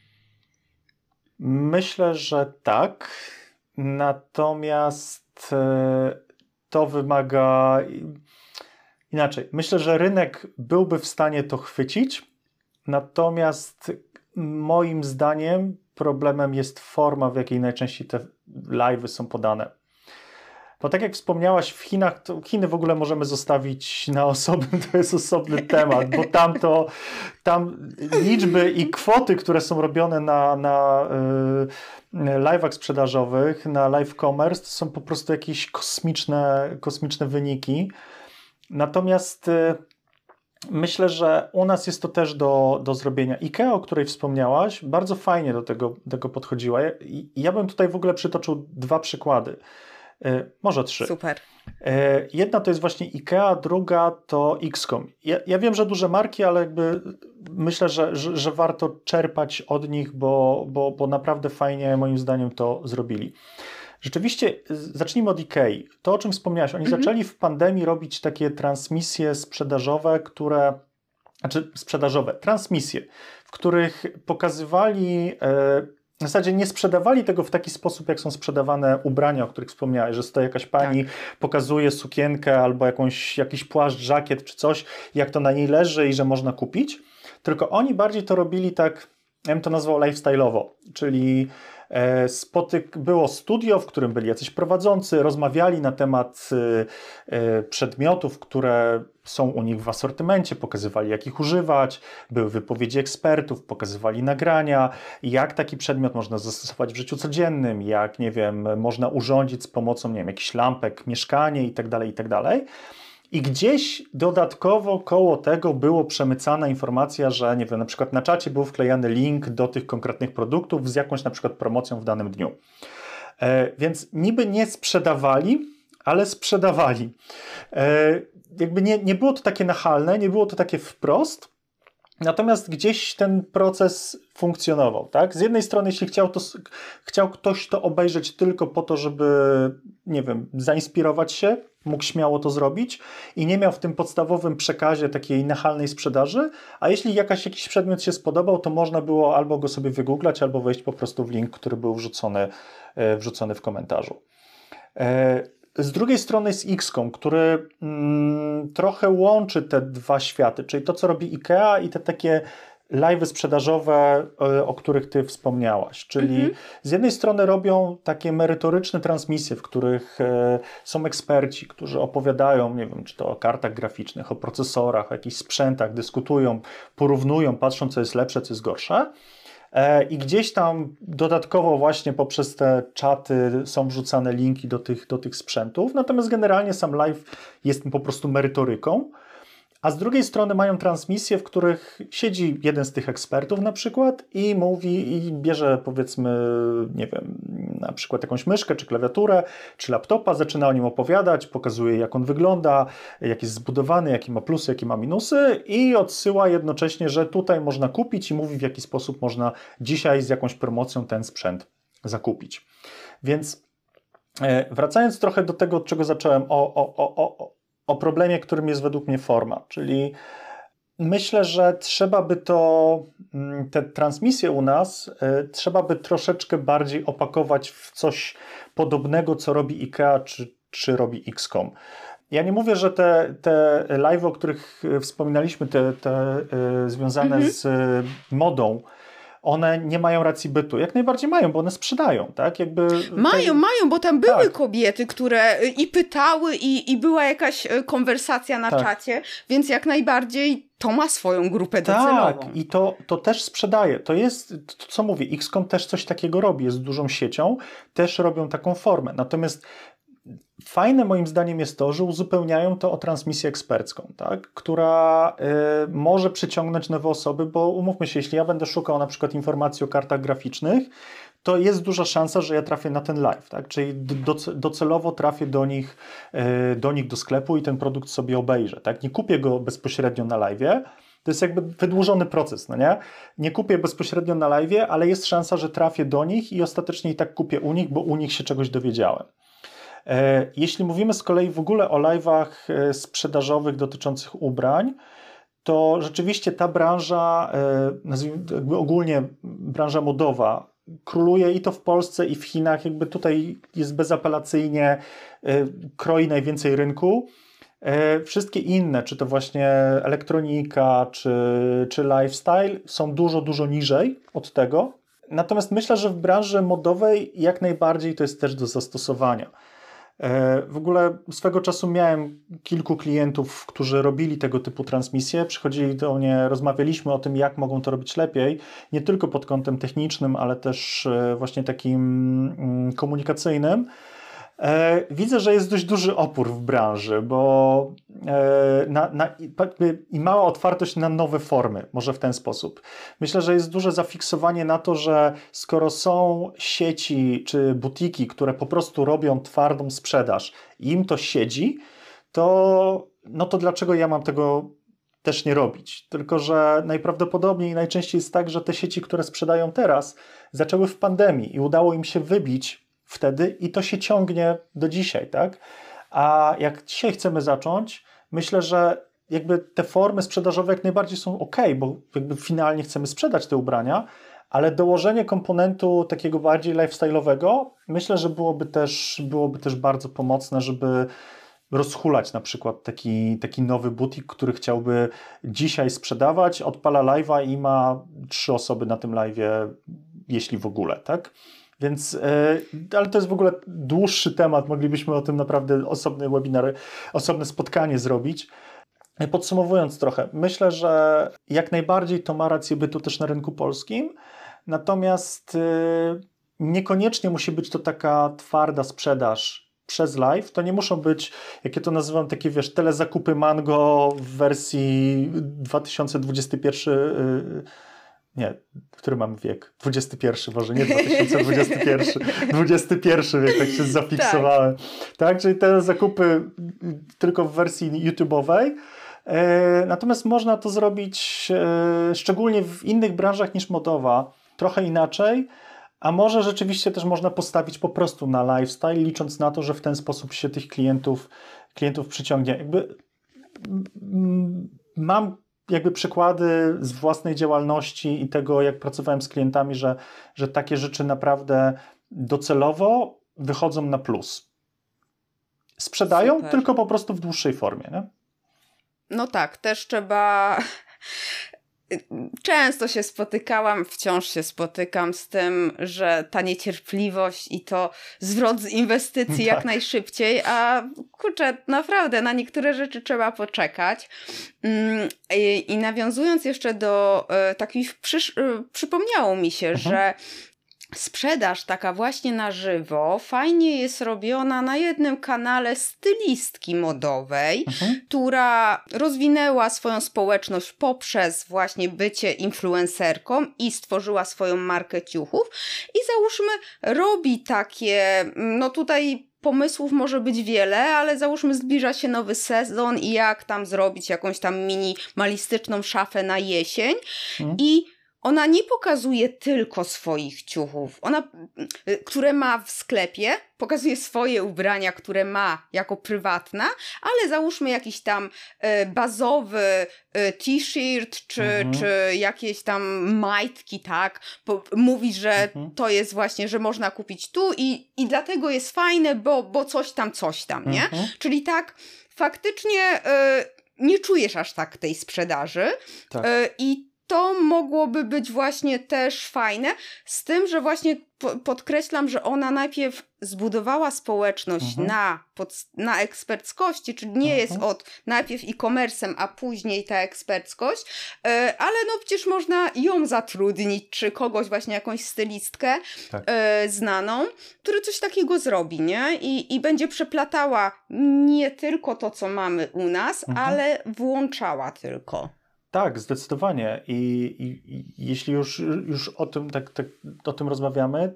Myślę, że tak. Natomiast yy, to wymaga... Inaczej. Myślę, że rynek byłby w stanie to chwycić. Natomiast moim zdaniem problemem jest forma, w jakiej najczęściej te live'y są podane. Bo tak jak wspomniałaś, w Chinach, to Chiny w ogóle możemy zostawić na osobny, to jest osobny temat, bo tam to, tam liczby i kwoty, które są robione na, na y, live'ach sprzedażowych, na live commerce, to są po prostu jakieś kosmiczne, kosmiczne wyniki. Natomiast y, myślę, że u nas jest to też do, do zrobienia. IKEA, o której wspomniałaś, bardzo fajnie do tego, tego podchodziła. I ja bym tutaj w ogóle przytoczył dwa przykłady. Yy, może trzy. Super. Yy, jedna to jest właśnie IKEA, druga to X COM. Ja, ja wiem, że duże marki, ale jakby myślę, że, że, że warto czerpać od nich, bo, bo, bo naprawdę fajnie moim zdaniem to zrobili. Rzeczywiście, zacznijmy od IKEA. To, o czym wspomniałaś, oni mhm. zaczęli w pandemii robić takie transmisje sprzedażowe, które, znaczy sprzedażowe, transmisje, w których pokazywali e, w zasadzie nie sprzedawali tego w taki sposób, jak są sprzedawane ubrania, o których wspomniałeś, że stoi jakaś pani, tak. pokazuje sukienkę albo jakąś, jakiś płaszcz, żakiet czy coś, jak to na niej leży i że można kupić. Tylko oni bardziej to robili tak, ja bym to nazwał lifestyle'owo, czyli e, spotyk, było studio, w którym byli jacyś prowadzący, rozmawiali na temat e, przedmiotów, które są u nich w asortymencie, pokazywali jak ich używać, były wypowiedzi ekspertów, pokazywali nagrania, jak taki przedmiot można zastosować w życiu codziennym, jak, nie wiem, można urządzić z pomocą, nie wiem, jakichś lampek, mieszkanie i tak dalej, i tak dalej. I gdzieś dodatkowo koło tego było przemycana informacja, że nie wiem, na przykład na czacie był wklejany link do tych konkretnych produktów z jakąś na przykład promocją w danym dniu. E, więc niby nie sprzedawali, ale sprzedawali. E, jakby nie, nie było to takie nachalne, nie było to takie wprost, natomiast gdzieś ten proces funkcjonował, tak? Z jednej strony, jeśli chciał, to, chciał ktoś to obejrzeć tylko po to, żeby, nie wiem, zainspirować się, mógł śmiało to zrobić i nie miał w tym podstawowym przekazie takiej nachalnej sprzedaży, a jeśli jakaś, jakiś przedmiot się spodobał, to można było albo go sobie wygooglać, albo wejść po prostu w link, który był wrzucony, wrzucony w komentarzu. Z drugiej strony jest X COM, który mm, trochę łączy te dwa światy, czyli to, co robi IKEA i te takie live'y sprzedażowe, o których ty wspomniałaś. Czyli mm-hmm. z jednej strony robią takie merytoryczne transmisje, w których e, są eksperci, którzy opowiadają, nie wiem, czy to o kartach graficznych, o procesorach, o jakichś sprzętach, dyskutują, porównują, patrzą, co jest lepsze, co jest gorsze. I gdzieś tam dodatkowo właśnie poprzez te czaty są wrzucane linki do tych, do tych sprzętów, natomiast generalnie sam live jest po prostu merytoryką, a z drugiej strony mają transmisje, w których siedzi jeden z tych ekspertów na przykład i mówi i bierze powiedzmy, nie wiem, na przykład jakąś myszkę, czy klawiaturę, czy laptopa, zaczyna o nim opowiadać, pokazuje jak on wygląda, jak jest zbudowany, jakie ma plusy, jakie ma minusy i odsyła jednocześnie, że tutaj można kupić i mówi w jaki sposób można dzisiaj z jakąś promocją ten sprzęt zakupić. Więc wracając trochę do tego, od czego zacząłem, o, o, o, o o problemie, którym jest według mnie forma, czyli myślę, że trzeba by to, te transmisje u nas, y, trzeba by troszeczkę bardziej opakować w coś podobnego, co robi IKEA, czy, czy robi X COM. Ja nie mówię, że te, te live, o których wspominaliśmy, te, te y, związane mhm. z y, modą, one nie mają racji bytu. Jak najbardziej mają, bo one sprzedają, tak? Jakby mają, te... mają, bo tam były tak. kobiety, które i pytały i, i była jakaś konwersacja na tak. czacie, więc jak najbardziej to ma swoją grupę docelową. Tak, i to, to też sprzedaje. To jest, to co mówię, X COM też coś takiego robi, jest dużą siecią, też robią taką formę. Natomiast fajne moim zdaniem jest to, że uzupełniają to o transmisję ekspercką, tak? Która y, może przyciągnąć nowe osoby, bo umówmy się, jeśli ja będę szukał na przykład informacji o kartach graficznych, to jest duża szansa, że ja trafię na ten live, tak? Czyli docelowo trafię do nich, y, do nich do sklepu i ten produkt sobie obejrzę, tak? Nie kupię go bezpośrednio na live'ie, to jest jakby wydłużony proces, no nie? Nie kupię bezpośrednio na live'ie, ale jest szansa, że trafię do nich i ostatecznie i tak kupię u nich, bo u nich się czegoś dowiedziałem. Jeśli mówimy z kolei w ogóle o live'ach sprzedażowych dotyczących ubrań, to rzeczywiście ta branża, nazwijmy jakby ogólnie branża modowa, króluje i to w Polsce, i w Chinach, jakby tutaj jest bezapelacyjnie, kroi najwięcej rynku. Wszystkie inne, czy to właśnie elektronika, czy, czy lifestyle, są dużo, dużo niżej od tego. Natomiast myślę, że w branży modowej jak najbardziej to jest też do zastosowania. W ogóle swego czasu miałem kilku klientów, którzy robili tego typu transmisje, przychodzili do mnie, rozmawialiśmy o tym, jak mogą to robić lepiej, nie tylko pod kątem technicznym, ale też właśnie takim komunikacyjnym. Widzę, że jest dość duży opór w branży, bo na, na, i mała otwartość na nowe formy, może w ten sposób. Myślę, że jest duże zafiksowanie na to, że skoro są sieci czy butiki, które po prostu robią twardą sprzedaż i im to siedzi, to, no to dlaczego ja mam tego też nie robić? Tylko że najprawdopodobniej i najczęściej jest tak, że te sieci, które sprzedają teraz, zaczęły w pandemii i udało im się wybić wtedy i to się ciągnie do dzisiaj, tak? A jak dzisiaj chcemy zacząć, myślę, że jakby te formy sprzedażowe jak najbardziej są ok, bo jakby finalnie chcemy sprzedać te ubrania, ale dołożenie komponentu takiego bardziej lifestyle'owego myślę, że byłoby też, byłoby też bardzo pomocne, żeby rozhulać na przykład taki, taki nowy butik, który chciałby dzisiaj sprzedawać, odpala live'a i ma trzy osoby na tym live'ie, jeśli w ogóle, tak? Więc, yy, ale to jest w ogóle dłuższy temat, moglibyśmy o tym naprawdę osobny webinar, osobne spotkanie zrobić. Podsumowując trochę, myślę, że jak najbardziej to ma rację bytu też na rynku polskim, natomiast yy, niekoniecznie musi być to taka twarda sprzedaż przez live. To nie muszą być, jak ja to nazywam, takie wiesz, telezakupy Mango w wersji dwa tysiące dwudziesty pierwszy, yy, nie, który mamy wiek? dwudziesty pierwszy, może nie dwa tysiące dwudziesty pierwszy, dwudziesty pierwszy wiek, tak się zafiksowałem. Tak, tak czyli te zakupy tylko w wersji YouTube'owej. Natomiast można to zrobić szczególnie w innych branżach niż modowa, trochę inaczej, a może rzeczywiście też można postawić po prostu na lifestyle, licząc na to, że w ten sposób się tych klientów, klientów przyciągnie. Jakby mam jakby przykłady z własnej działalności i tego, jak pracowałem z klientami, że, że takie rzeczy naprawdę docelowo wychodzą na plus. Sprzedają, Super. Tylko po prostu w dłuższej formie, nie? No tak, też trzeba... Często się spotykałam, wciąż się spotykam z tym, że ta niecierpliwość i to zwrot z inwestycji tak. jak najszybciej, a kurczę, naprawdę na niektóre rzeczy trzeba poczekać. I, i nawiązując jeszcze do takich, przysz, przypomniało mi się, mhm. że sprzedaż taka właśnie na żywo fajnie jest robiona na jednym kanale stylistki modowej, mhm. która rozwinęła swoją społeczność poprzez właśnie bycie influencerką i stworzyła swoją markę ciuchów i załóżmy robi takie, no tutaj pomysłów może być wiele, ale załóżmy zbliża się nowy sezon i jak tam zrobić jakąś tam minimalistyczną szafę na jesień mhm. i ona nie pokazuje tylko swoich ciuchów, ona, które ma w sklepie, pokazuje swoje ubrania, które ma jako prywatna, ale załóżmy jakiś tam e, bazowy e, t-shirt, czy, mhm. czy jakieś tam majtki, tak, po, mówi, że mhm. to jest właśnie, że można kupić tu i, i dlatego jest fajne, bo, bo coś tam, coś tam, nie? Mhm. Czyli tak, faktycznie e, nie czujesz aż tak tej sprzedaży tak. e, i to mogłoby być właśnie też fajne, z tym, że właśnie po- podkreślam, że ona najpierw zbudowała społeczność mhm. na, pod, na eksperckości, czyli nie mhm. jest od najpierw e-commerce'em, a później ta eksperckość, yy, ale no przecież można ją zatrudnić, czy kogoś właśnie jakąś stylistkę tak. yy, znaną, który coś takiego zrobi, nie? I, i będzie przeplatała nie tylko to, co mamy u nas, mhm. ale włączała tylko. Tak, zdecydowanie. I, i, i jeśli już, już o tym, tak, tak, o tym rozmawiamy,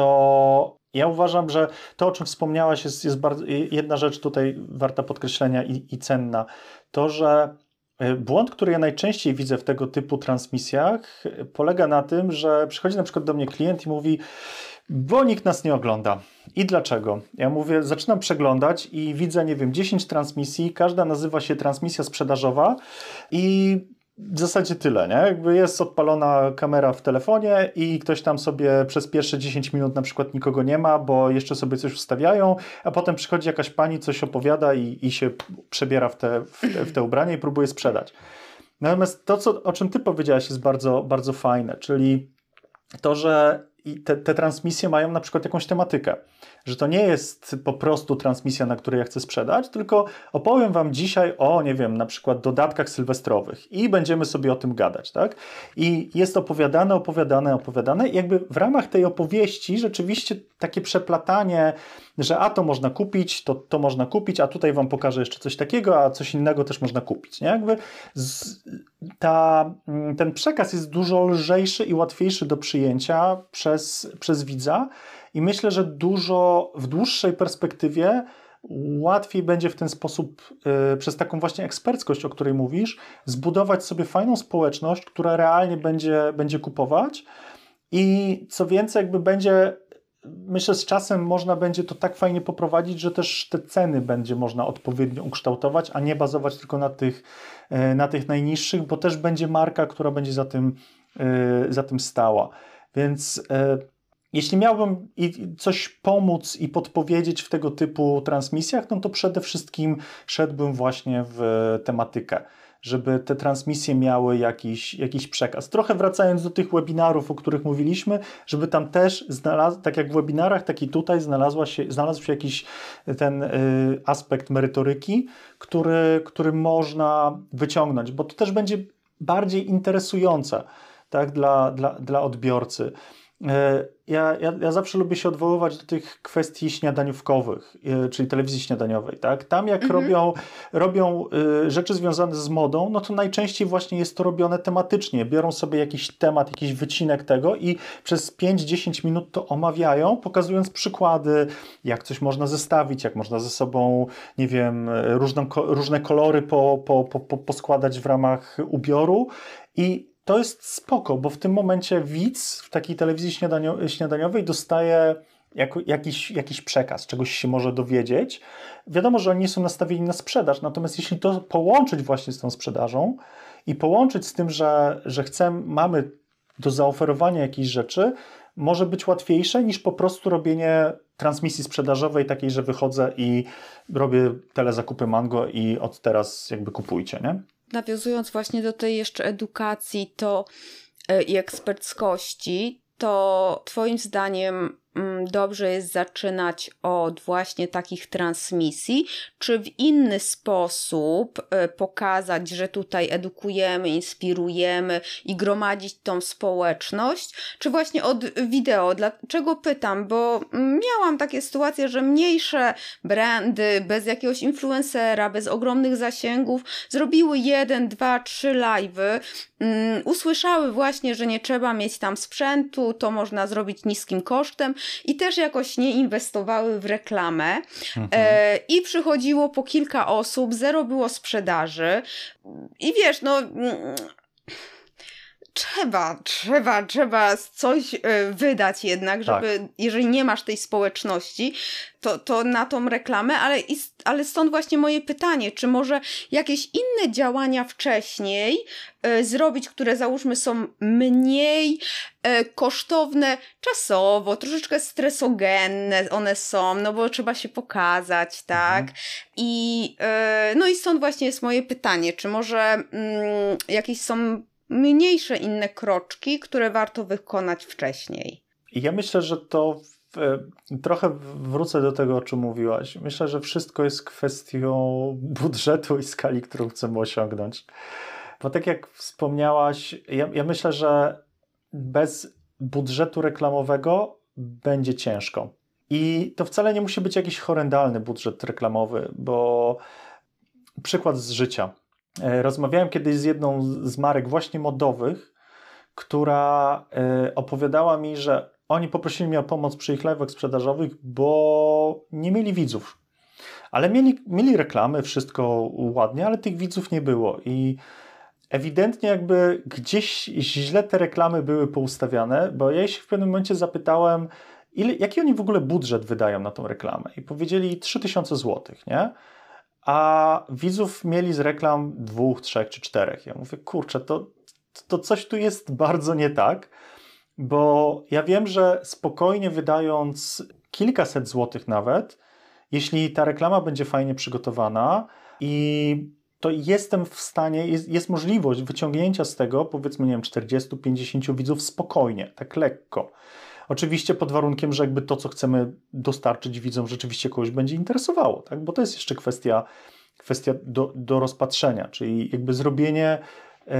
to ja uważam, że to, o czym wspomniałaś, jest, jest bardzo, jedna rzecz tutaj warta podkreślenia i, i cenna. To, że błąd, który ja najczęściej widzę w tego typu transmisjach, polega na tym, że przychodzi na przykład do mnie klient i mówi: bo nikt nas nie ogląda. I dlaczego? Ja mówię, zaczynam przeglądać i widzę, nie wiem, dziesięć transmisji, każda nazywa się transmisja sprzedażowa i w zasadzie tyle, nie? Jakby jest odpalona kamera w telefonie i ktoś tam sobie przez pierwsze dziesięć minut na przykład nikogo nie ma, bo jeszcze sobie coś ustawiają, a potem przychodzi jakaś pani, coś opowiada i, i się przebiera w te, w, te, w te ubranie i próbuje sprzedać. Natomiast to, co, o czym ty powiedziałaś, jest bardzo, bardzo fajne, czyli to, że i te, te transmisje mają na przykład jakąś tematykę, że to nie jest po prostu transmisja, na której ja chcę sprzedać, tylko opowiem wam dzisiaj o, nie wiem, na przykład dodatkach sylwestrowych i będziemy sobie o tym gadać, tak? I jest opowiadane, opowiadane, opowiadane i jakby w ramach tej opowieści rzeczywiście takie przeplatanie, że a to można kupić, to, to można kupić, a tutaj wam pokażę jeszcze coś takiego, a coś innego też można kupić, nie? Jakby z, ta, ten przekaz jest dużo lżejszy i łatwiejszy do przyjęcia przez, przez widza i myślę, że dużo w dłuższej perspektywie łatwiej będzie w ten sposób, yy, przez taką właśnie eksperckość, o której mówisz, zbudować sobie fajną społeczność, która realnie będzie, będzie kupować i co więcej, jakby będzie, myślę, z czasem można będzie to tak fajnie poprowadzić, że też te ceny będzie można odpowiednio ukształtować, a nie bazować tylko na tych, yy, na tych najniższych, bo też będzie marka, która będzie za tym, yy, za tym stała. Więc e, jeśli miałbym i coś pomóc i podpowiedzieć w tego typu transmisjach, no to przede wszystkim szedłbym właśnie w tematykę, żeby te transmisje miały jakiś, jakiś przekaz. Trochę wracając do tych webinarów, o których mówiliśmy, żeby tam też, znalaz- tak jak w webinarach, tak i tutaj znalazła się, znalazł się jakiś ten y, aspekt merytoryki, który, który można wyciągnąć, bo to też będzie bardziej interesujące, tak, dla, dla, dla odbiorcy. Ja, ja, ja zawsze lubię się odwoływać do tych kwestii śniadaniówkowych, czyli telewizji śniadaniowej. Tak? Tam jak mhm. robią, robią rzeczy związane z modą, no to najczęściej właśnie jest to robione tematycznie. Biorą sobie jakiś temat, jakiś wycinek tego i przez pięć do dziesięciu minut to omawiają, pokazując przykłady, jak coś można zestawić, jak można ze sobą, nie wiem, różną, różne kolory po, po, po, po, poskładać w ramach ubioru i to jest spoko, bo w tym momencie widz w takiej telewizji śniadanio- śniadaniowej dostaje jako, jakiś, jakiś przekaz, czegoś się może dowiedzieć. Wiadomo, że oni nie są nastawieni na sprzedaż, natomiast jeśli to połączyć właśnie z tą sprzedażą i połączyć z tym, że, że chcemy, mamy do zaoferowania jakiejś rzeczy, może być łatwiejsze niż po prostu robienie transmisji sprzedażowej takiej, że wychodzę i robię telezakupy Mango i od teraz jakby kupujcie, nie? Nawiązując właśnie do tej jeszcze edukacji to yy, i eksperckości, to twoim zdaniem yy, dobrze jest zaczynać od właśnie takich transmisji, czy w inny sposób yy, pokazać, że tutaj edukujemy, inspirujemy i gromadzić tą społeczność, czy właśnie od wideo? Dlaczego pytam? Bo miałam takie sytuacje, że mniejsze brandy bez jakiegoś influencera, bez ogromnych zasięgów zrobiły jeden, dwa, trzy live'y, um, usłyszały właśnie, że nie trzeba mieć tam sprzętu, to można zrobić niskim kosztem i też jakoś nie inwestowały w reklamę mhm. e, i przychodziło po kilka osób, zero było sprzedaży i wiesz, no trzeba, trzeba, trzeba coś wydać jednak, żeby, tak. jeżeli nie masz tej społeczności, to, to na tą reklamę, ale, ale stąd właśnie moje pytanie, czy może jakieś inne działania wcześniej y, zrobić, które załóżmy są mniej y, kosztowne czasowo, troszeczkę stresogenne one są, no bo trzeba się pokazać, tak? Mhm. I, y, no i stąd właśnie jest moje pytanie, czy może y, jakieś są mniejsze inne kroczki, które warto wykonać wcześniej. Ja myślę, że to w, trochę wrócę do tego, o czym mówiłaś. Myślę, że wszystko jest kwestią budżetu i skali, którą chcemy osiągnąć. Bo tak jak wspomniałaś, ja, ja myślę, że bez budżetu reklamowego będzie ciężko. I to wcale nie musi być jakiś horrendalny budżet reklamowy, bo przykład z życia. Rozmawiałem kiedyś z jedną z marek właśnie modowych, która opowiadała mi, że oni poprosili mnie o pomoc przy ich live'ach sprzedażowych, bo nie mieli widzów. Ale mieli, mieli reklamy, wszystko ładnie, ale tych widzów nie było. I ewidentnie jakby gdzieś źle te reklamy były poustawiane, bo ja się w pewnym momencie zapytałem, ile, jaki oni w ogóle budżet wydają na tą reklamę. I powiedzieli trzy tysiące złotych, nie? A widzów mieli z reklam dwóch, trzech czy czterech. Ja mówię, kurczę, to, to coś tu jest bardzo nie tak, bo ja wiem, że spokojnie wydając kilkaset złotych nawet, jeśli ta reklama będzie fajnie przygotowana i to jestem w stanie, jest, jest możliwość wyciągnięcia z tego, powiedzmy, nie wiem, czterdziestu, pięćdziesięciu widzów spokojnie, tak lekko. Oczywiście pod warunkiem, że jakby to, co chcemy dostarczyć widzom, rzeczywiście kogoś będzie interesowało, tak? Bo to jest jeszcze kwestia, kwestia do, do rozpatrzenia, czyli jakby zrobienie, e,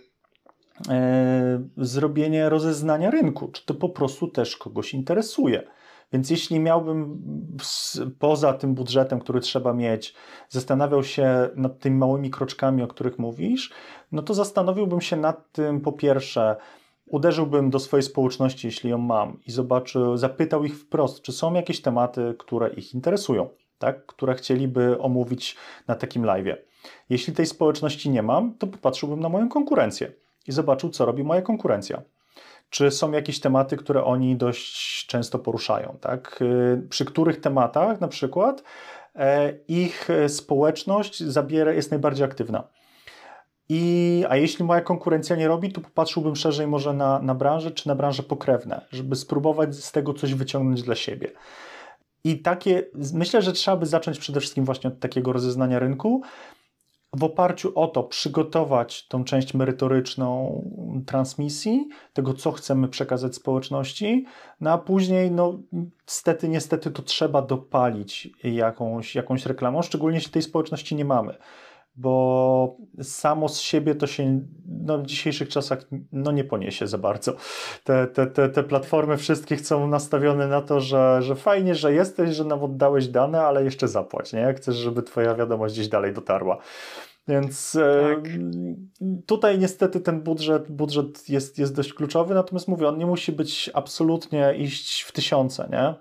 e, zrobienie rozeznania rynku, czy to po prostu też kogoś interesuje. Więc jeśli miałbym poza tym budżetem, który trzeba mieć, zastanawiał się nad tymi małymi kroczkami, o których mówisz, no to zastanowiłbym się nad tym, po pierwsze, uderzyłbym do swojej społeczności, jeśli ją mam, i zobaczył, zapytał ich wprost, czy są jakieś tematy, które ich interesują, tak? Które chcieliby omówić na takim live'ie. Jeśli tej społeczności nie mam, to popatrzyłbym na moją konkurencję i zobaczył, co robi moja konkurencja. Czy są jakieś tematy, które oni dość często poruszają, tak? Przy których tematach na przykład ich społeczność zabiera, jest najbardziej aktywna. I, a jeśli moja konkurencja nie robi, to popatrzyłbym szerzej może na, na branżę, czy na branże pokrewne, żeby spróbować z tego coś wyciągnąć dla siebie. I takie, myślę, że trzeba by zacząć przede wszystkim właśnie od takiego rozeznania rynku, w oparciu o to przygotować tą część merytoryczną transmisji, tego co chcemy przekazać społeczności, no a później no niestety, niestety to trzeba dopalić jakąś, jakąś reklamą, szczególnie jeśli tej społeczności nie mamy, bo samo z siebie to się no, w dzisiejszych czasach no, nie poniesie za bardzo. Te, te, te, te platformy wszystkie są nastawione na to, że, że fajnie, że jesteś, że nam oddałeś dane, ale jeszcze zapłać, nie? Jak chcesz, żeby twoja wiadomość gdzieś dalej dotarła. Więc tak. e, tutaj niestety ten budżet, budżet jest, jest dość kluczowy, natomiast mówię, on nie musi być absolutnie iść w tysiące, nie?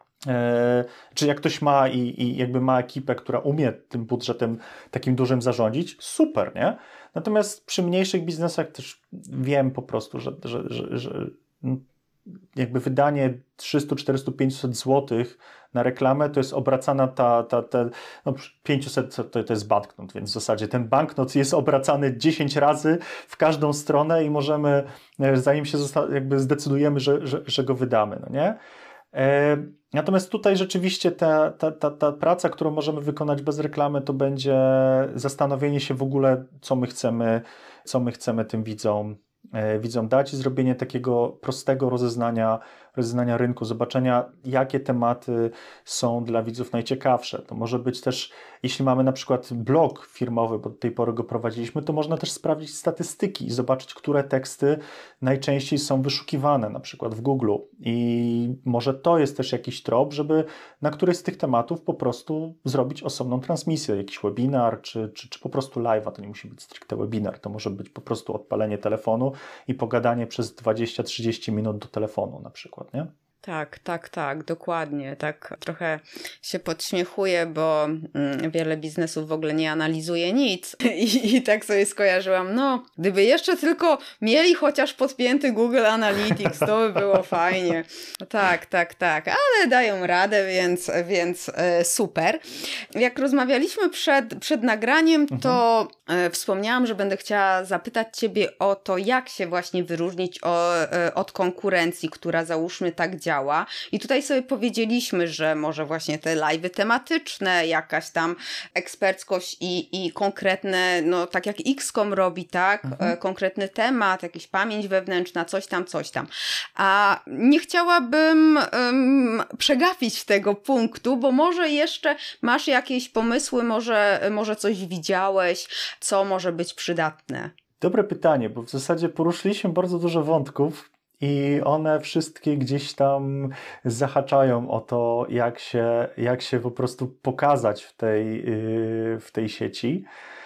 E, czy jak ktoś ma i, i jakby ma ekipę, która umie tym budżetem takim dużym zarządzić, super, nie? Natomiast przy mniejszych biznesach też wiem po prostu, że, że, że, że jakby wydanie trzysta, czterysta, pięćset złotych na reklamę to jest obracana ta, ta, ta no pięćset to, to jest banknot, więc w zasadzie ten banknot jest obracany dziesięć razy w każdą stronę i możemy, zanim się zosta- jakby zdecydujemy, że, że, że go wydamy, no nie? E, natomiast tutaj rzeczywiście ta, ta, ta, ta praca, którą możemy wykonać bez reklamy, to będzie zastanowienie się w ogóle, co my chcemy, co my chcemy tym widzom widzom dać i zrobienie takiego prostego rozeznania, rozeznania rynku, zobaczenia, jakie tematy są dla widzów najciekawsze. To może być też, jeśli mamy na przykład blog firmowy, bo do tej pory go prowadziliśmy, to można też sprawdzić statystyki i zobaczyć, które teksty najczęściej są wyszukiwane, na przykład w Google. I może to jest też jakiś trop, żeby na któryś z tych tematów po prostu zrobić osobną transmisję, jakiś webinar, czy, czy, czy po prostu live'a. To nie musi być stricte webinar, to może być po prostu odpalenie telefonu i pogadanie przez dwadzieścia trzydzieści minut do telefonu na przykład, nie? Tak, tak, tak, dokładnie. Tak trochę się podśmiechuję, bo mm, wiele biznesów w ogóle nie analizuje nic I, i tak sobie skojarzyłam, no gdyby jeszcze tylko mieli chociaż podpięty Google Analytics, to by było fajnie. No, tak, tak, tak, ale dają radę, więc, więc e, super. Jak rozmawialiśmy przed, przed nagraniem, mhm. to e, wspomniałam, że będę chciała zapytać Ciebie o to, jak się właśnie wyróżnić o, e, od konkurencji, która załóżmy tak działa. I tutaj sobie powiedzieliśmy, że może właśnie te live'y tematyczne, jakaś tam eksperckość i, i konkretne, no tak jak X kom robi, tak? Mhm. E, konkretny temat, jakaś pamięć wewnętrzna, coś tam, coś tam. A nie chciałabym um, przegapić tego punktu, bo może jeszcze masz jakieś pomysły, może, może coś widziałeś, co może być przydatne. Dobre pytanie, bo w zasadzie poruszyliśmy bardzo dużo wątków, i one wszystkie gdzieś tam zahaczają o to, jak się, jak się po prostu pokazać w tej, w tej sieci.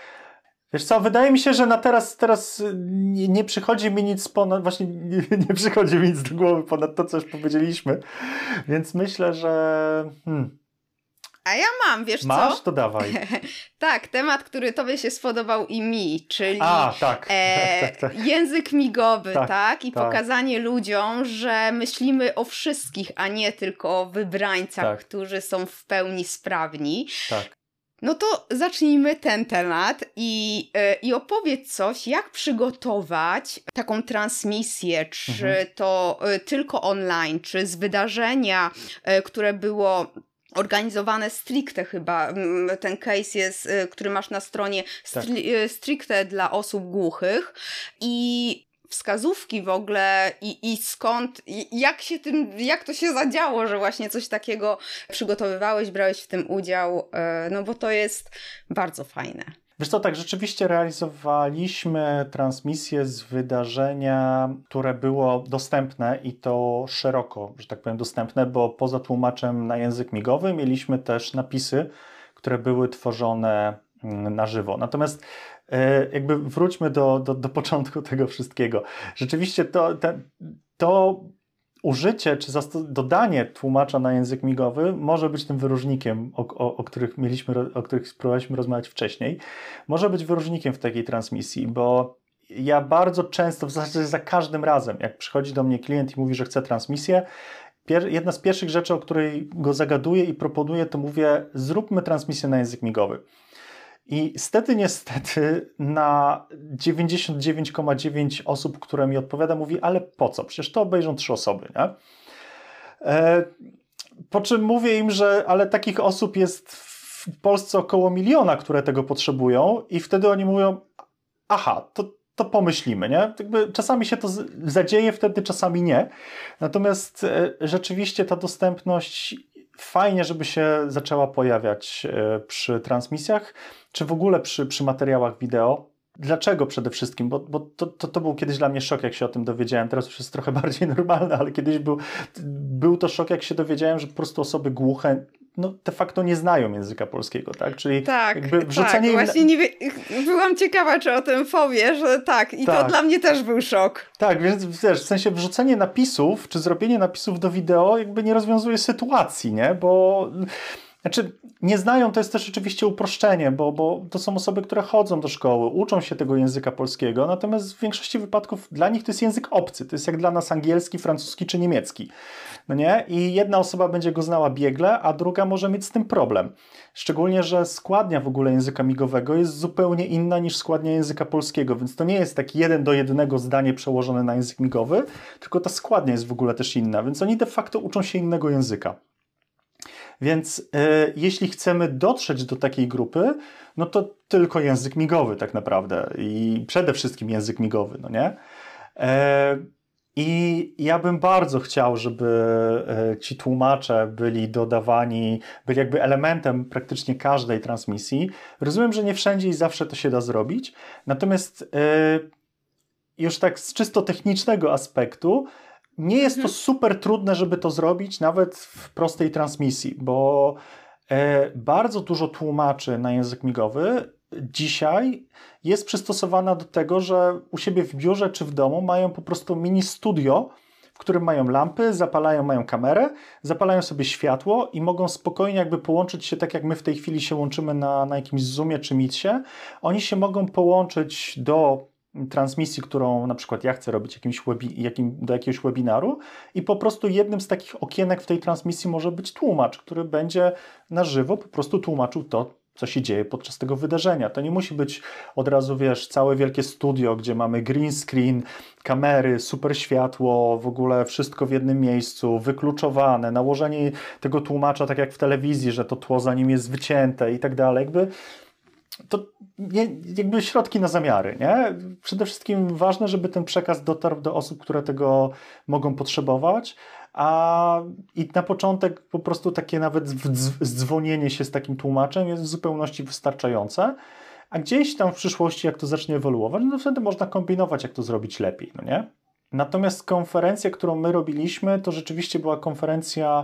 Wiesz co, wydaje mi się, że na teraz, teraz nie, nie przychodzi mi nic ponad, właśnie nie, nie przychodzi mi nic do głowy ponad to, co już powiedzieliśmy, więc myślę, że... Hmm. A ja mam, wiesz Masz? co? Masz? To dawaj. Tak, temat, który tobie się spodobał i mi, czyli A, tak. E, tak, tak, tak. język migowy, tak? tak? I tak. pokazanie ludziom, że myślimy o wszystkich, a nie tylko o wybrańcach, tak. którzy są w pełni sprawni. Tak. No to zacznijmy ten temat i, yy, i opowiedz coś, jak przygotować taką transmisję, czy mhm. to y, tylko online, czy z wydarzenia, y, które było organizowane stricte chyba, ten case jest, który masz na stronie, stri- tak. stricte dla osób głuchych i wskazówki w ogóle i, i skąd, i jak się tym, jak to się zadziało, że właśnie coś takiego przygotowywałeś, brałeś w tym udział, no bo to jest bardzo fajne. Wiesz co, tak, rzeczywiście realizowaliśmy transmisję z wydarzenia, które było dostępne i to szeroko, że tak powiem, dostępne, bo poza tłumaczem na język migowy mieliśmy też napisy, które były tworzone na żywo. Natomiast jakby wróćmy do, do, do początku tego wszystkiego. Rzeczywiście to, te, to użycie czy dodanie tłumacza na język migowy może być tym wyróżnikiem, o, o, o, których mieliśmy, o których spróbowaliśmy rozmawiać wcześniej. Może być wyróżnikiem w takiej transmisji, bo ja bardzo często, w zasadzie za każdym razem, jak przychodzi do mnie klient i mówi, że chce transmisję, pier- jedna z pierwszych rzeczy, o której go zagaduję i proponuję, to mówię, zróbmy transmisję na język migowy. I stety, niestety na dziewięćdziesiąt dziewięć przecinek dziewięć osób, które mi odpowiada, mówi, ale po co? Przecież to obejrzą trzy osoby, nie? E, po czym mówię im, że ale takich osób jest w Polsce około miliona, które tego potrzebują i wtedy oni mówią, aha, to, to pomyślimy, nie? Jakby czasami się to zadzieje, wtedy czasami nie. Natomiast e, rzeczywiście ta dostępność fajnie, żeby się zaczęła pojawiać e, przy transmisjach, czy w ogóle przy, przy materiałach wideo. Dlaczego przede wszystkim? Bo, bo to, to, to był kiedyś dla mnie szok, jak się o tym dowiedziałem. Teraz już jest trochę bardziej normalne, ale kiedyś był, był to szok, jak się dowiedziałem, że po prostu osoby głuche no, de facto nie znają języka polskiego, tak? Czyli tak, jakby wrzucenie tak. im... Właśnie nie wie... byłam ciekawa, czy o tym powiesz, że tak. I tak. to dla mnie też był szok. Tak, więc wiesz, w sensie wrzucenie napisów, czy zrobienie napisów do wideo jakby nie rozwiązuje sytuacji, nie? Bo... Znaczy, nie znają, to jest też oczywiście uproszczenie, bo, bo to są osoby, które chodzą do szkoły, uczą się tego języka polskiego, natomiast w większości wypadków dla nich to jest język obcy, to jest jak dla nas angielski, francuski czy niemiecki, no nie? I jedna osoba będzie go znała biegle, a druga może mieć z tym problem. Szczególnie, że składnia w ogóle języka migowego jest zupełnie inna niż składnia języka polskiego, więc to nie jest tak jeden do jednego zdanie przełożone na język migowy, tylko ta składnia jest w ogóle też inna, więc oni de facto uczą się innego języka. Więc y, jeśli chcemy dotrzeć do takiej grupy, no to tylko język migowy tak naprawdę i przede wszystkim język migowy, no nie? E, I ja bym bardzo chciał, żeby e, ci tłumacze byli dodawani, byli jakby elementem praktycznie każdej transmisji. Rozumiem, że nie wszędzie i zawsze to się da zrobić, natomiast e, już tak z czysto technicznego aspektu nie jest to super trudne, żeby to zrobić nawet w prostej transmisji, bo e, bardzo dużo tłumaczy na język migowy dzisiaj jest przystosowana do tego, że u siebie w biurze czy w domu mają po prostu mini studio, w którym mają lampy, zapalają, mają kamerę, zapalają sobie światło i mogą spokojnie jakby połączyć się tak jak my w tej chwili się łączymy na, na jakimś Zoomie czy Meetsie. Oni się mogą połączyć do transmisji, którą na przykład ja chcę robić jakimś webi- jakim, do jakiegoś webinaru i po prostu jednym z takich okienek w tej transmisji może być tłumacz, który będzie na żywo po prostu tłumaczył to, co się dzieje podczas tego wydarzenia. To nie musi być od razu, wiesz, całe wielkie studio, gdzie mamy green screen, kamery, super światło, w ogóle wszystko w jednym miejscu, wykluczowane, nałożenie tego tłumacza tak jak w telewizji, że to tło za nim jest wycięte i tak dalej. Jakby to nie, jakby środki na zamiary, nie? Przede wszystkim ważne, żeby ten przekaz dotarł do osób, które tego mogą potrzebować, a i na początek po prostu takie nawet zdzwonienie się z takim tłumaczem jest w zupełności wystarczające, a gdzieś tam w przyszłości, jak to zacznie ewoluować, no wtedy można kombinować, jak to zrobić lepiej, no nie? Natomiast konferencja, którą my robiliśmy, to rzeczywiście była konferencja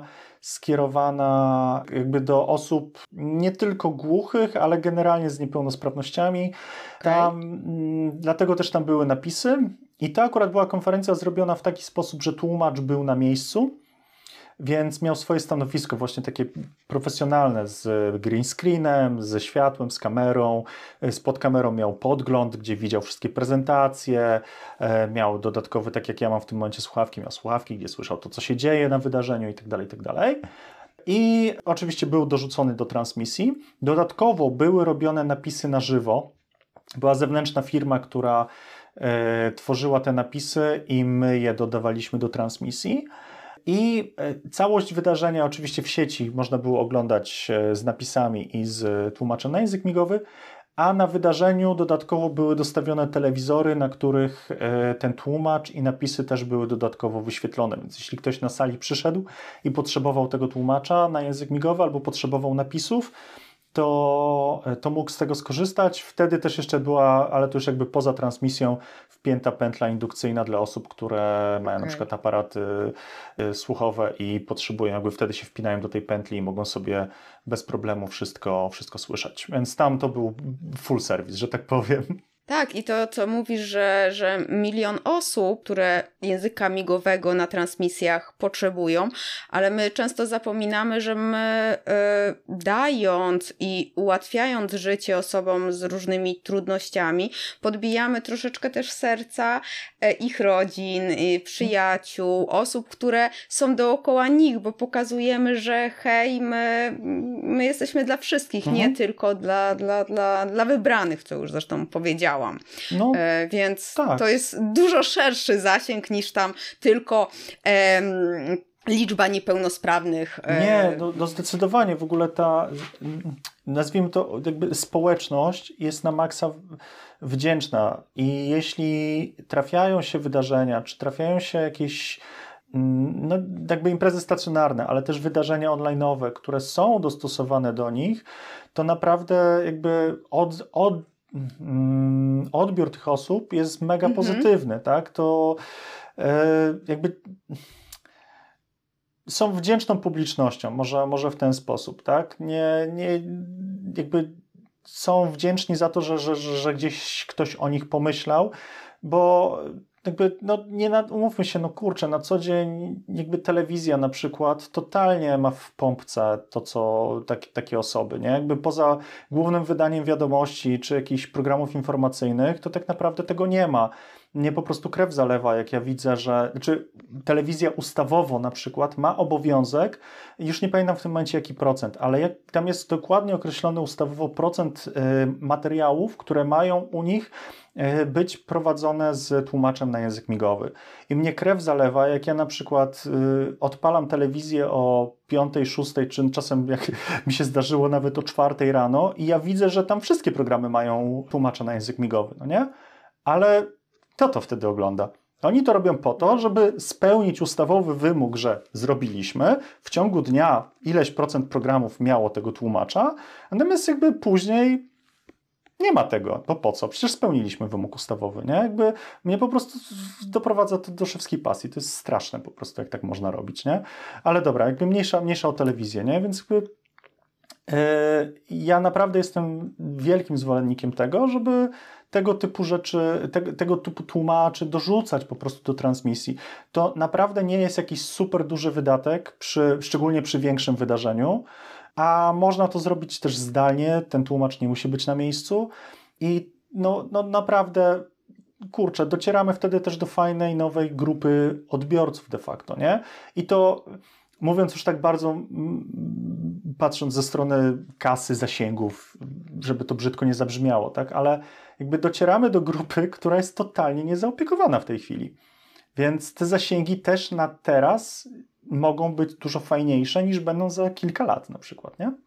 skierowana jakby do osób nie tylko głuchych, ale generalnie z niepełnosprawnościami. Tam, okay. m, dlatego też tam były napisy i to akurat była konferencja zrobiona w taki sposób, że tłumacz był na miejscu, więc miał swoje stanowisko właśnie takie profesjonalne z green screenem, ze światłem, z kamerą. Spod kamerą miał podgląd, gdzie widział wszystkie prezentacje, miał dodatkowy, tak jak ja mam w tym momencie słuchawki, miał słuchawki, gdzie słyszał to, co się dzieje na wydarzeniu i tak dalej, i tak dalej. I oczywiście był dorzucony do transmisji. Dodatkowo były robione napisy na żywo. Była zewnętrzna firma, która e, tworzyła te napisy i my je dodawaliśmy do transmisji. I całość wydarzenia oczywiście w sieci można było oglądać z napisami i z tłumaczem na język migowy, a na wydarzeniu dodatkowo były dostawione telewizory, na których ten tłumacz i napisy też były dodatkowo wyświetlone. Więc jeśli ktoś na sali przyszedł i potrzebował tego tłumacza na język migowy albo potrzebował napisów, to, to mógł z tego skorzystać. Wtedy też jeszcze była, ale to już jakby poza transmisją, wpięta pętla indukcyjna dla osób, które mają okay. na przykład aparaty y, słuchowe i potrzebują, jakby wtedy się wpinają do tej pętli i mogą sobie bez problemu wszystko, wszystko słyszeć. Więc tam to był full service, że tak powiem. Tak, i to, co mówisz, że, że milion osób, które języka migowego na transmisjach potrzebują, ale my często zapominamy, że my y, dając i ułatwiając życie osobom z różnymi trudnościami, podbijamy troszeczkę też serca y, ich rodzin, y, przyjaciół, osób, które są dookoła nich, bo pokazujemy, że hej, my, my jesteśmy dla wszystkich, mhm. nie tylko dla, dla, dla, dla wybranych, co już zresztą powiedziałam. No, e, więc tak. to jest dużo szerszy zasięg niż tam tylko e, liczba niepełnosprawnych. E... Nie, no, no zdecydowanie w ogóle ta, nazwijmy to, jakby społeczność jest na maksa wdzięczna i jeśli trafiają się wydarzenia, czy trafiają się jakieś no, jakby imprezy stacjonarne, ale też wydarzenia online'owe, które są dostosowane do nich, to naprawdę jakby od, od odbiór tych osób jest mega mm-hmm. pozytywny, tak? To e, jakby są wdzięczną publicznością, może, może w ten sposób, tak? Nie, nie, jakby są wdzięczni za to, że, że, że gdzieś ktoś o nich pomyślał, bo jakby, no nie nad, umówmy się, no kurczę, na co dzień jakby telewizja na przykład totalnie ma w pompce to, co taki, takie osoby, nie? Jakby poza głównym wydaniem wiadomości czy jakichś programów informacyjnych, to tak naprawdę tego nie ma. Mnie po prostu krew zalewa, jak ja widzę, że czy telewizja ustawowo na przykład ma obowiązek, już nie pamiętam w tym momencie jaki procent, ale jak, tam jest dokładnie określony ustawowo procent y, materiałów, które mają u nich y, być prowadzone z tłumaczem na język migowy. I mnie krew zalewa, jak ja na przykład y, odpalam telewizję o piątej, szóstej, czy czasem jak mi się zdarzyło nawet o czwartej rano i ja widzę, że tam wszystkie programy mają tłumacza na język migowy, no nie? Ale kto to wtedy ogląda? Oni to robią po to, żeby spełnić ustawowy wymóg, że zrobiliśmy, w ciągu dnia ileś procent programów miało tego tłumacza, natomiast jakby później nie ma tego. To po co? Przecież spełniliśmy wymóg ustawowy, nie? Jakby mnie po prostu doprowadza to do szewskiej pasji. To jest straszne po prostu, jak tak można robić, nie? Ale dobra, jakby mniejsza, mniejsza o telewizję, nie? Więc jakby yy, ja naprawdę jestem wielkim zwolennikiem tego, żeby tego typu rzeczy, te, tego typu tłumaczy dorzucać po prostu do transmisji. To naprawdę nie jest jakiś super duży wydatek, przy, szczególnie przy większym wydarzeniu, a można to zrobić też zdalnie, ten tłumacz nie musi być na miejscu i no, no naprawdę, kurczę, docieramy wtedy też do fajnej, nowej grupy odbiorców de facto, nie? I to, mówiąc już tak bardzo, patrząc ze strony kasy, zasięgów, żeby to brzydko nie zabrzmiało, tak? Ale jakby docieramy do grupy, która jest totalnie niezaopiekowana w tej chwili. Więc te zasięgi też na teraz mogą być dużo fajniejsze niż będą za kilka lat na przykład, nie?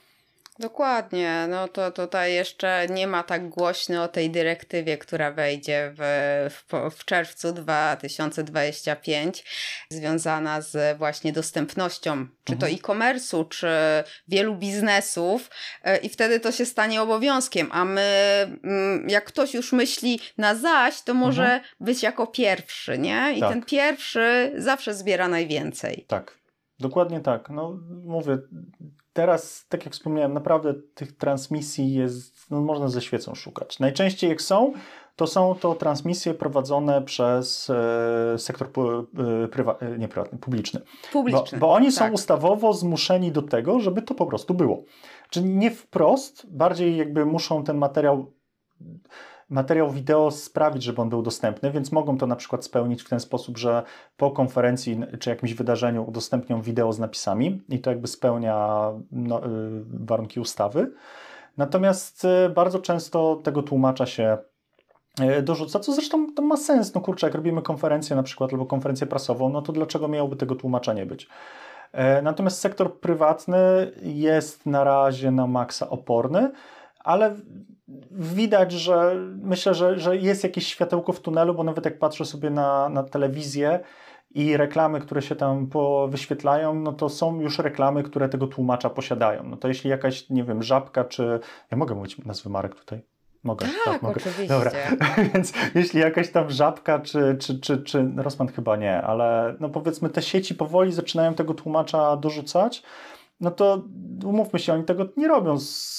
Dokładnie, no to tutaj jeszcze nie ma tak głośno o tej dyrektywie, która wejdzie w, w, w czerwcu dwa tysiące dwudziestego piątego, związana z właśnie dostępnością, czy to mhm. e-commerce'u, czy wielu biznesów i wtedy to się stanie obowiązkiem, a my, jak ktoś już myśli na zaś, to może mhm. być jako pierwszy, nie? I tak. ten pierwszy zawsze zbiera najwięcej. Tak, dokładnie tak. No mówię, teraz, tak jak wspomniałem, naprawdę tych transmisji jest, no można ze świecą szukać. Najczęściej jak są, to są to transmisje prowadzone przez e, sektor pu, e, prywa, e, nie prywatny, publiczny. Publiczny, Bo, bo oni tak. są ustawowo zmuszeni do tego, żeby to po prostu było. Czyli nie wprost, bardziej jakby muszą ten materiał materiał wideo sprawić, żeby on był dostępny, więc mogą to na przykład spełnić w ten sposób, że po konferencji czy jakimś wydarzeniu udostępnią wideo z napisami i to jakby spełnia no, y, warunki ustawy. Natomiast y, bardzo często tego tłumacza się y, dorzuca, co zresztą to ma sens. No kurczę, jak robimy konferencję na przykład albo konferencję prasową, no to dlaczego miałoby tego tłumacza nie być? Y, natomiast sektor prywatny jest na razie na maksa oporny, ale widać, że myślę, że, że jest jakieś światełko w tunelu, bo nawet jak patrzę sobie na, na telewizję i reklamy, które się tam po, wyświetlają, no to są już reklamy, które tego tłumacza posiadają. No to jeśli jakaś, nie wiem, Żabka, czy... Ja mogę mówić nazwy marek tutaj? Mogę. Tak, tak mogę. oczywiście. Dobra. Więc jeśli jakaś tam Żabka, czy, czy, czy, czy Rossmann chyba nie, ale no powiedzmy te sieci powoli zaczynają tego tłumacza dorzucać, no to umówmy się, oni tego nie robią z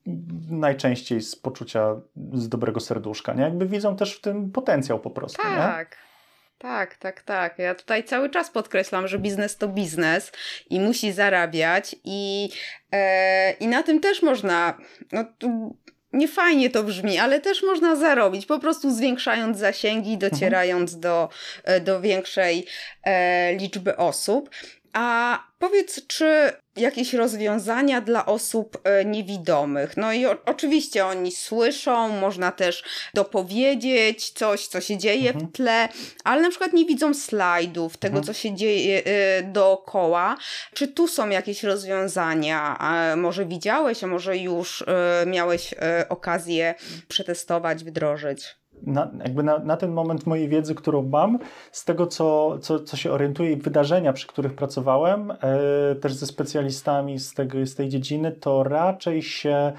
najczęściej z poczucia, z dobrego serduszka, nie? Jakby widzą też w tym potencjał po prostu, tak. nie? Tak, tak, tak, tak. Ja tutaj cały czas podkreślam, że biznes to biznes i musi zarabiać i, e, i na tym też można, no tu nie fajnie to brzmi, ale też można zarobić, po prostu zwiększając zasięgi, docierając mhm. do, do większej e, liczby osób. A powiedz, czy jakieś rozwiązania dla osób e, niewidomych? No i o, oczywiście oni słyszą, można też dopowiedzieć coś, co się dzieje mhm. w tle, ale na przykład nie widzą slajdów, tego, mhm. co się dzieje e, dookoła. Czy tu są jakieś rozwiązania? A może widziałeś, a może już e, miałeś e, okazję przetestować, wdrożyć? Na, jakby na, na ten moment mojej wiedzy, którą mam, z tego, co, co, co się orientuję i wydarzenia, przy których pracowałem, e, też ze specjalistami z, tego, z tej dziedziny, to raczej się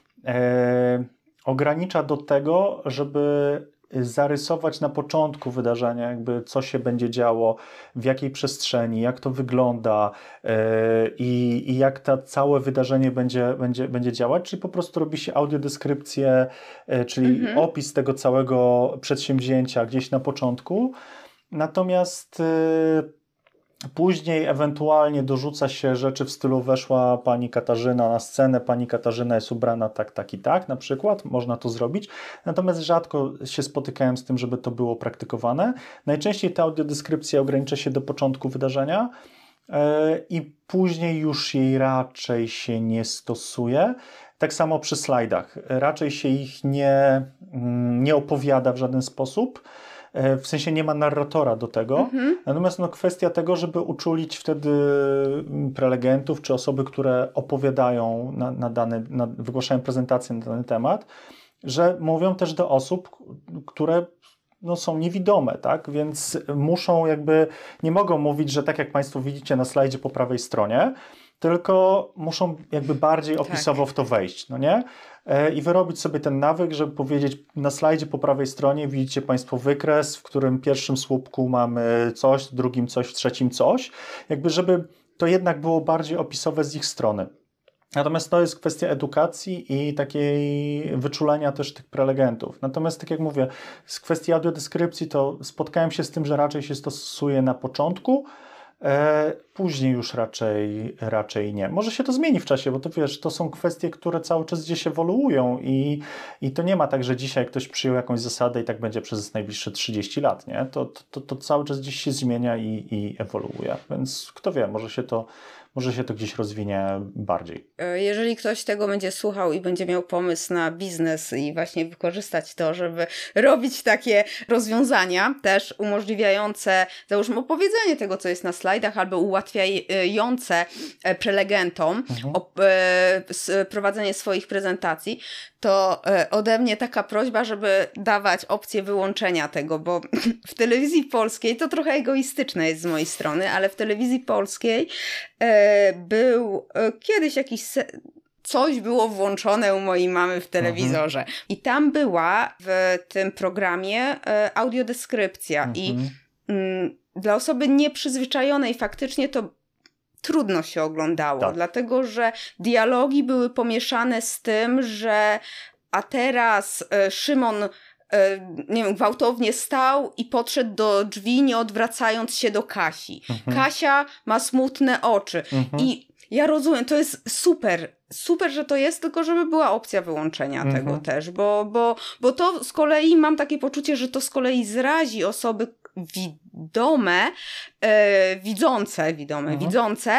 e, ogranicza do tego, żeby zarysować na początku wydarzenia, jakby co się będzie działo, w jakiej przestrzeni, jak to wygląda yy, i, i jak to całe wydarzenie będzie, będzie, będzie działać, czyli po prostu robi się audiodeskrypcję, yy, czyli mhm. opis tego całego przedsięwzięcia gdzieś na początku, natomiast yy, później ewentualnie dorzuca się rzeczy w stylu weszła pani Katarzyna na scenę, pani Katarzyna jest ubrana tak, tak i tak, na przykład, można to zrobić. Natomiast rzadko się spotykałem z tym, żeby to było praktykowane. Najczęściej ta audiodeskrypcja ogranicza się do początku wydarzenia yy, i później już jej raczej się nie stosuje. Tak samo przy slajdach. Raczej się ich nie, nie opowiada w żaden sposób. W sensie nie ma narratora do tego. Mhm. Natomiast no, kwestia tego, żeby uczulić wtedy prelegentów czy osoby, które opowiadają na, na dany, na, wygłaszają prezentację na dany temat, że mówią też do osób, które no, są niewidome, tak? Więc muszą jakby, nie mogą mówić, że tak jak Państwo widzicie na slajdzie po prawej stronie, tylko muszą jakby bardziej opisowo tak. w to wejść, no nie? I wyrobić sobie ten nawyk, żeby powiedzieć na slajdzie po prawej stronie widzicie Państwo wykres, w którym w pierwszym słupku mamy coś, w drugim coś, w trzecim coś. Jakby żeby to jednak było bardziej opisowe z ich strony. Natomiast to jest kwestia edukacji i takiej wyczulenia też tych prelegentów. Natomiast tak jak mówię, z kwestii audiodeskrypcji to spotkałem się z tym, że raczej się stosuje na początku, E, później już raczej, raczej nie. Może się to zmieni w czasie, bo to wiesz, to są kwestie, które cały czas gdzieś ewoluują i, i to nie ma tak, że dzisiaj ktoś przyjął jakąś zasadę i tak będzie przez najbliższe trzydzieści lat, nie? To, to, to cały czas gdzieś się zmienia i, i ewoluuje, więc kto wie, może się to może się to gdzieś rozwinie bardziej. Jeżeli ktoś tego będzie słuchał i będzie miał pomysł na biznes i właśnie wykorzystać to, żeby robić takie rozwiązania też umożliwiające, załóżmy, opowiedzenie tego, co jest na slajdach, albo ułatwiające prelegentom mhm. op- prowadzenie swoich prezentacji, to ode mnie taka prośba, żeby dawać opcję wyłączenia tego, bo w telewizji polskiej, to trochę egoistyczne jest z mojej strony, ale w telewizji polskiej e, był e, kiedyś jakiś... Se- Coś było włączone u mojej mamy w telewizorze. Mhm. I tam była w tym programie e, audiodeskrypcja. Mhm. I mm, dla osoby nieprzyzwyczajonej faktycznie to trudno się oglądało, tak. Dlatego że dialogi były pomieszane z tym, że a teraz e, Szymon e, nie wiem, gwałtownie stał i podszedł do drzwi, nie odwracając się do Kasi. Mhm. Kasia ma smutne oczy. Mhm. I ja rozumiem, to jest super, super, że to jest, tylko żeby była opcja wyłączenia mhm. tego też, bo, bo, bo to z kolei mam takie poczucie, że to z kolei zrazi osoby widome, e, widzące, widome, mhm. widzące,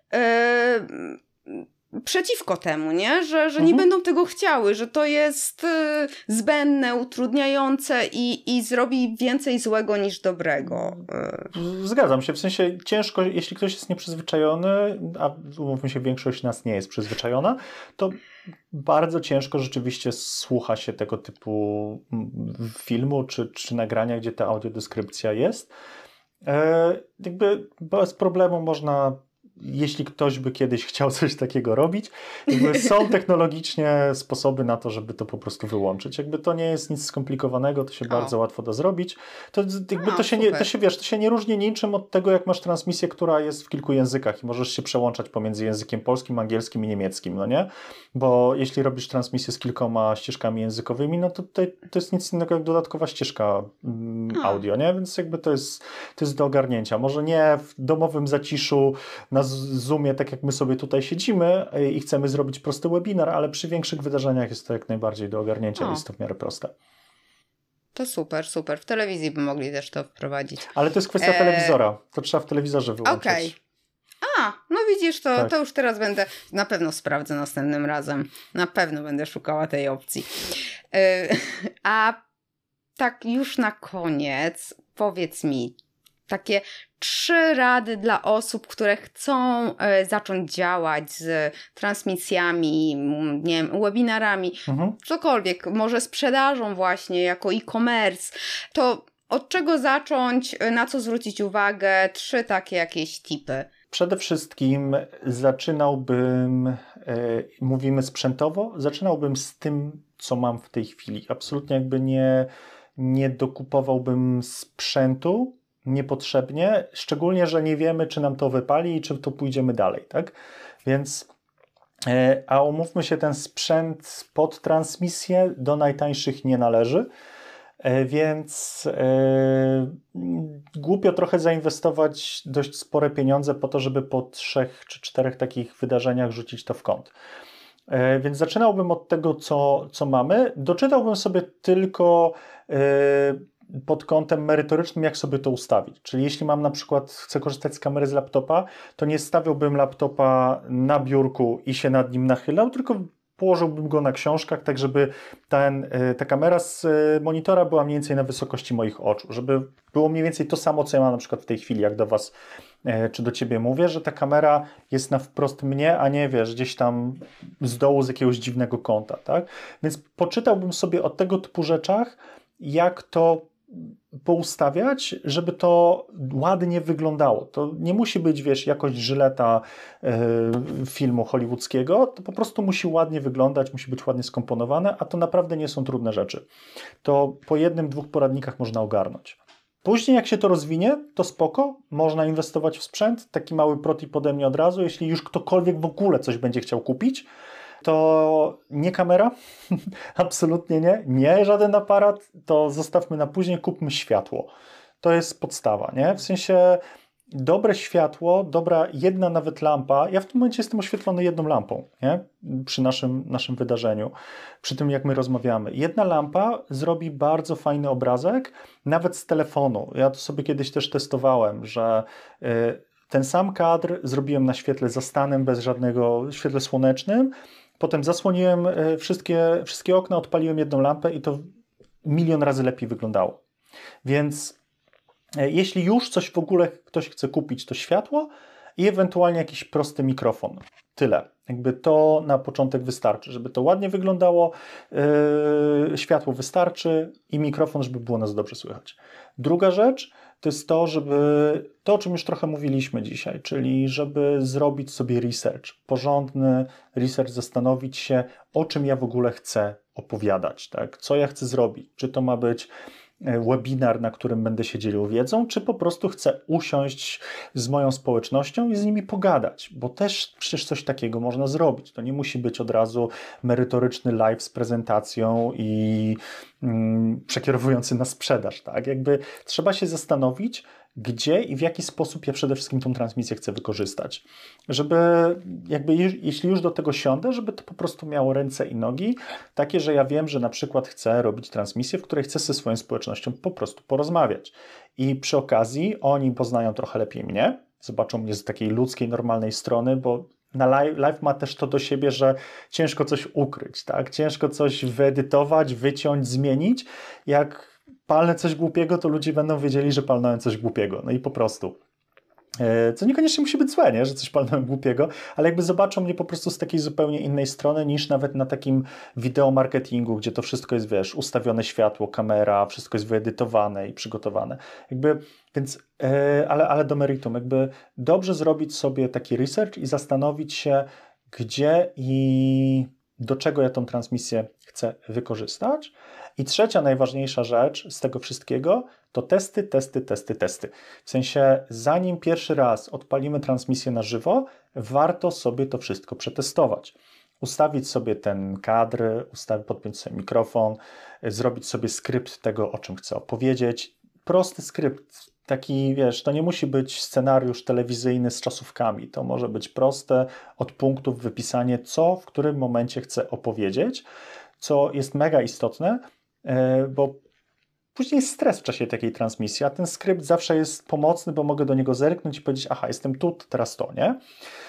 e, przeciwko temu, nie? Że, że mhm. nie będą tego chciały, że to jest y, zbędne, utrudniające i, i zrobi więcej złego niż dobrego. Zgadzam się, w sensie ciężko, jeśli ktoś jest nieprzyzwyczajony, a umówmy się, większość nas nie jest przyzwyczajona, to bardzo ciężko rzeczywiście słucha się tego typu filmu czy, czy nagrania, gdzie ta audiodeskrypcja jest. E, jakby bez problemu można jeśli ktoś by kiedyś chciał coś takiego robić, jakby są technologicznie sposoby na to, żeby to po prostu wyłączyć. Jakby to nie jest nic skomplikowanego, to się o. bardzo łatwo da zrobić. To, jakby o, to, się nie, to się wiesz, to się nie różni niczym od tego, jak masz transmisję, która jest w kilku językach i możesz się przełączać pomiędzy językiem polskim, angielskim i niemieckim, no nie? Bo jeśli robisz transmisję z kilkoma ścieżkami językowymi, no to tutaj to jest nic innego jak dodatkowa ścieżka mm, audio, nie? Więc jakby to jest, to jest do ogarnięcia. Może nie w domowym zaciszu na Zoomie, tak jak my sobie tutaj siedzimy i chcemy zrobić prosty webinar, ale przy większych wydarzeniach jest to jak najbardziej do ogarnięcia, jest to w miarę proste. To super, super. W telewizji by mogli też to wprowadzić. Ale to jest kwestia eee... telewizora. To trzeba w telewizorze wyłączyć. Okej. Okay. A, no widzisz, to, tak. to już teraz będę, na pewno sprawdzę następnym razem. Na pewno będę szukała tej opcji. Yy, a tak już na koniec, powiedz mi, takie trzy rady dla osób, które chcą e, zacząć działać z transmisjami, nie wiem, webinarami, mhm. cokolwiek, może sprzedażą właśnie, jako e-commerce, to od czego zacząć, na co zwrócić uwagę, trzy takie jakieś tipy. Przede wszystkim zaczynałbym, e, mówimy sprzętowo, zaczynałbym z tym, co mam w tej chwili. Absolutnie jakby nie, nie dokupowałbym sprzętu niepotrzebnie, szczególnie, że nie wiemy, czy nam to wypali i czy to pójdziemy dalej, tak? Więc, e, a umówmy się, ten sprzęt pod transmisję do najtańszych nie należy, e, więc e, głupio trochę zainwestować dość spore pieniądze po to, żeby po trzech czy czterech takich wydarzeniach rzucić to w kąt. E, więc zaczynałbym od tego, co, co mamy. Doczytałbym sobie tylko e, pod kątem merytorycznym, jak sobie to ustawić. Czyli jeśli mam na przykład, chcę korzystać z kamery z laptopa, to nie stawiałbym laptopa na biurku i się nad nim nachylał, tylko położyłbym go na książkach, tak żeby ten, ta kamera z monitora była mniej więcej na wysokości moich oczu, żeby było mniej więcej to samo, co ja mam na przykład w tej chwili, jak do Was czy do Ciebie mówię, że ta kamera jest na wprost mnie, a nie, wiesz, gdzieś tam z dołu z jakiegoś dziwnego kąta, tak? Więc poczytałbym sobie o tego typu rzeczach, jak to poustawiać, żeby to ładnie wyglądało. To nie musi być, wiesz, jakość żyleta yy, filmu hollywoodzkiego, to po prostu musi ładnie wyglądać, musi być ładnie skomponowane, a to naprawdę nie są trudne rzeczy. To po jednym, dwóch poradnikach można ogarnąć. Później jak się to rozwinie, to spoko, można inwestować w sprzęt, taki mały protip ode mnie od razu, jeśli już ktokolwiek w ogóle coś będzie chciał kupić, to nie kamera, absolutnie nie, nie żaden aparat, to zostawmy na później, kupmy światło. To jest podstawa, nie? W sensie dobre światło, dobra jedna nawet lampa, ja w tym momencie jestem oświetlony jedną lampą, nie? Przy naszym, naszym wydarzeniu, przy tym jak my rozmawiamy. Jedna lampa zrobi bardzo fajny obrazek, nawet z telefonu. Ja to sobie kiedyś też testowałem, że yy, ten sam kadr zrobiłem na świetle zastanym, bez żadnego świetle słonecznym. Potem zasłoniłem wszystkie, wszystkie okna, odpaliłem jedną lampę i to milion razy lepiej wyglądało. Więc jeśli już coś w ogóle ktoś chce kupić, to światło i ewentualnie jakiś prosty mikrofon. Tyle. Jakby to na początek wystarczy, żeby to ładnie wyglądało, yy, światło wystarczy i mikrofon, żeby było nas dobrze słychać. Druga rzecz to jest to, żeby to, o czym już trochę mówiliśmy dzisiaj, czyli żeby zrobić sobie research, porządny research, zastanowić się, o czym ja w ogóle chcę opowiadać, tak? Co ja chcę zrobić, czy to ma być webinar, na którym będę się dzielił wiedzą, czy po prostu chcę usiąść z moją społecznością i z nimi pogadać, bo też przecież coś takiego można zrobić. To nie musi być od razu merytoryczny live z prezentacją i mm, przekierowujący na sprzedaż, tak? Jakby trzeba się zastanowić, gdzie i w jaki sposób ja przede wszystkim tą transmisję chcę wykorzystać. Żeby jakby, jeśli już do tego siądę, żeby to po prostu miało ręce i nogi, takie, że ja wiem, że na przykład chcę robić transmisję, w której chcę ze swoją społecznością po prostu porozmawiać. I przy okazji oni poznają trochę lepiej mnie, zobaczą mnie z takiej ludzkiej, normalnej strony, bo na live, live ma też to do siebie, że ciężko coś ukryć, tak? Ciężko coś wyedytować, wyciąć, zmienić. Jak palnę coś głupiego, to ludzie będą wiedzieli, że palnąłem coś głupiego. No i po prostu. Co niekoniecznie musi być złe, nie? Że coś palnąłem głupiego, ale jakby zobaczą mnie po prostu z takiej zupełnie innej strony niż nawet na takim wideo marketingu, gdzie to wszystko jest, wiesz, ustawione światło, kamera, wszystko jest wyedytowane i przygotowane. Jakby, więc, yy, ale, ale do meritum, jakby dobrze zrobić sobie taki research i zastanowić się, gdzie i do czego ja tą transmisję chcę wykorzystać. I trzecia najważniejsza rzecz z tego wszystkiego to testy, testy, testy, testy. W sensie, zanim pierwszy raz odpalimy transmisję na żywo, warto sobie to wszystko przetestować. Ustawić sobie ten kadr, ustawić, podpiąć sobie mikrofon, zrobić sobie skrypt tego, o czym chcę opowiedzieć. Prosty skrypt, taki, wiesz, to nie musi być scenariusz telewizyjny z czasówkami. To może być proste, od punktów wypisanie, co w którym momencie chcę opowiedzieć, co jest mega istotne, bo później jest stres w czasie takiej transmisji, a ten skrypt zawsze jest pomocny, bo mogę do niego zerknąć i powiedzieć, aha, jestem tu, teraz to, nie?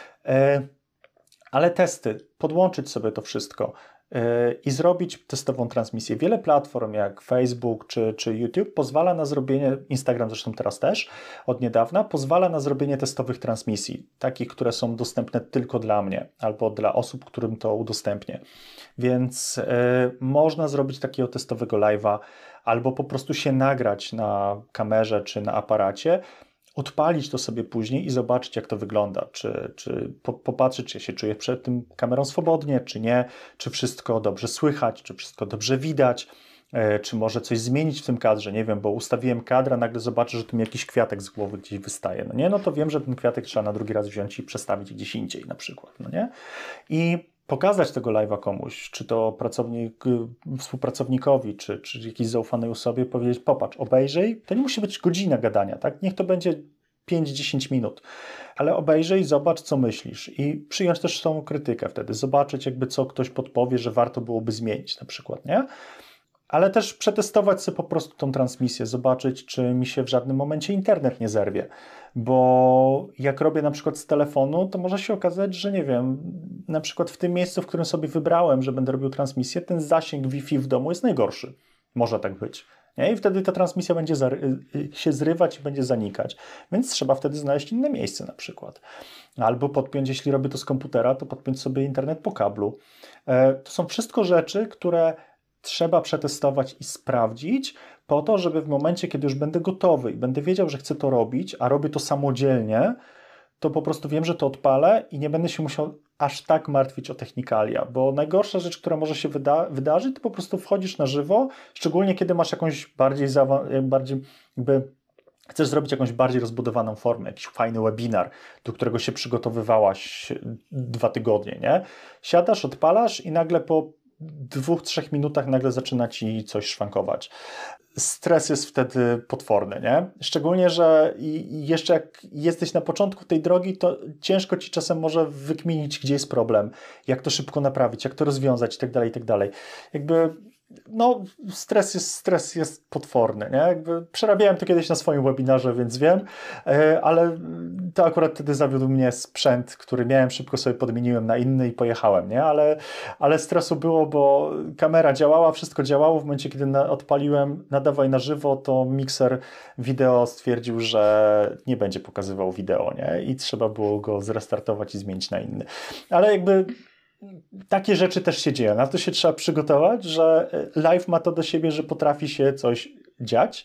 Ale testy, podłączyć sobie to wszystko i zrobić testową transmisję. Wiele platform jak Facebook czy, czy YouTube pozwala na zrobienie, Instagram zresztą teraz też od niedawna, pozwala na zrobienie testowych transmisji, takich, które są dostępne tylko dla mnie albo dla osób, którym to udostępnię. Więc y, można zrobić takiego testowego live'a albo po prostu się nagrać na kamerze czy na aparacie, odpalić to sobie później i zobaczyć, jak to wygląda, czy, czy po, popatrzeć, czy ja się czuję przed tym kamerą swobodnie, czy nie, czy wszystko dobrze słychać, czy wszystko dobrze widać, e, czy może coś zmienić w tym kadrze, nie wiem, bo ustawiłem kadr, a nagle zobaczę, że tu mi jakiś kwiatek z głowy gdzieś wystaje, no nie, no to wiem, że ten kwiatek trzeba na drugi raz wziąć i przestawić gdzieś indziej na przykład, no nie, i pokazać tego live'a komuś, czy to pracownik, współpracownikowi, czy, czy jakiejś zaufanej osobie, powiedzieć, popatrz, obejrzyj, to nie musi być godzina gadania, tak? Niech to będzie pięć do dziesięciu minut, ale obejrzyj, zobacz, co myślisz i przyjąć też tą krytykę wtedy, zobaczyć jakby co ktoś podpowie, że warto byłoby zmienić na przykład, nie? Ale też przetestować sobie po prostu tą transmisję, zobaczyć, czy mi się w żadnym momencie internet nie zerwie, bo jak robię na przykład z telefonu, to może się okazać, że nie wiem, na przykład w tym miejscu, w którym sobie wybrałem, że będę robił transmisję, ten zasięg Wi-Fi w domu jest najgorszy. Może tak być. Nie? I wtedy ta transmisja będzie się zrywać i będzie zanikać, więc trzeba wtedy znaleźć inne miejsce na przykład. Albo podpiąć, jeśli robię to z komputera, to podpiąć sobie internet po kablu. To są wszystko rzeczy, które trzeba przetestować i sprawdzić po to, żeby w momencie, kiedy już będę gotowy i będę wiedział, że chcę to robić, a robię to samodzielnie, to po prostu wiem, że to odpalę i nie będę się musiał aż tak martwić o technikalia, bo najgorsza rzecz, która może się wyda- wydarzyć, to po prostu wchodzisz na żywo, szczególnie kiedy masz jakąś bardziej, zaawa- bardziej jakby chcesz zrobić jakąś bardziej rozbudowaną formę, jakiś fajny webinar, do którego się przygotowywałaś dwa tygodnie, nie? Siadasz, odpalasz i nagle po dwóch, trzech minutach nagle zaczyna ci coś szwankować. Stres jest wtedy potworny, nie? Szczególnie, że i jeszcze jak jesteś na początku tej drogi, to ciężko ci czasem może wykminić, gdzie jest problem, jak to szybko naprawić, jak to rozwiązać i tak dalej, i tak dalej. Jakby no, stres jest, stres jest potworny, nie? Jakby przerabiałem to kiedyś na swoim webinarze, więc wiem, ale to akurat wtedy zawiódł mnie sprzęt, który miałem, szybko sobie podmieniłem na inny i pojechałem, nie? Ale, ale stresu było, bo kamera działała, wszystko działało. W momencie, kiedy na, odpaliłem nadawaj na żywo, to mikser wideo stwierdził, że nie będzie pokazywał wideo, nie? I trzeba było go zrestartować i zmienić na inny. Ale jakby takie rzeczy też się dzieją. Na to się trzeba przygotować, że live ma to do siebie, że potrafi się coś dziać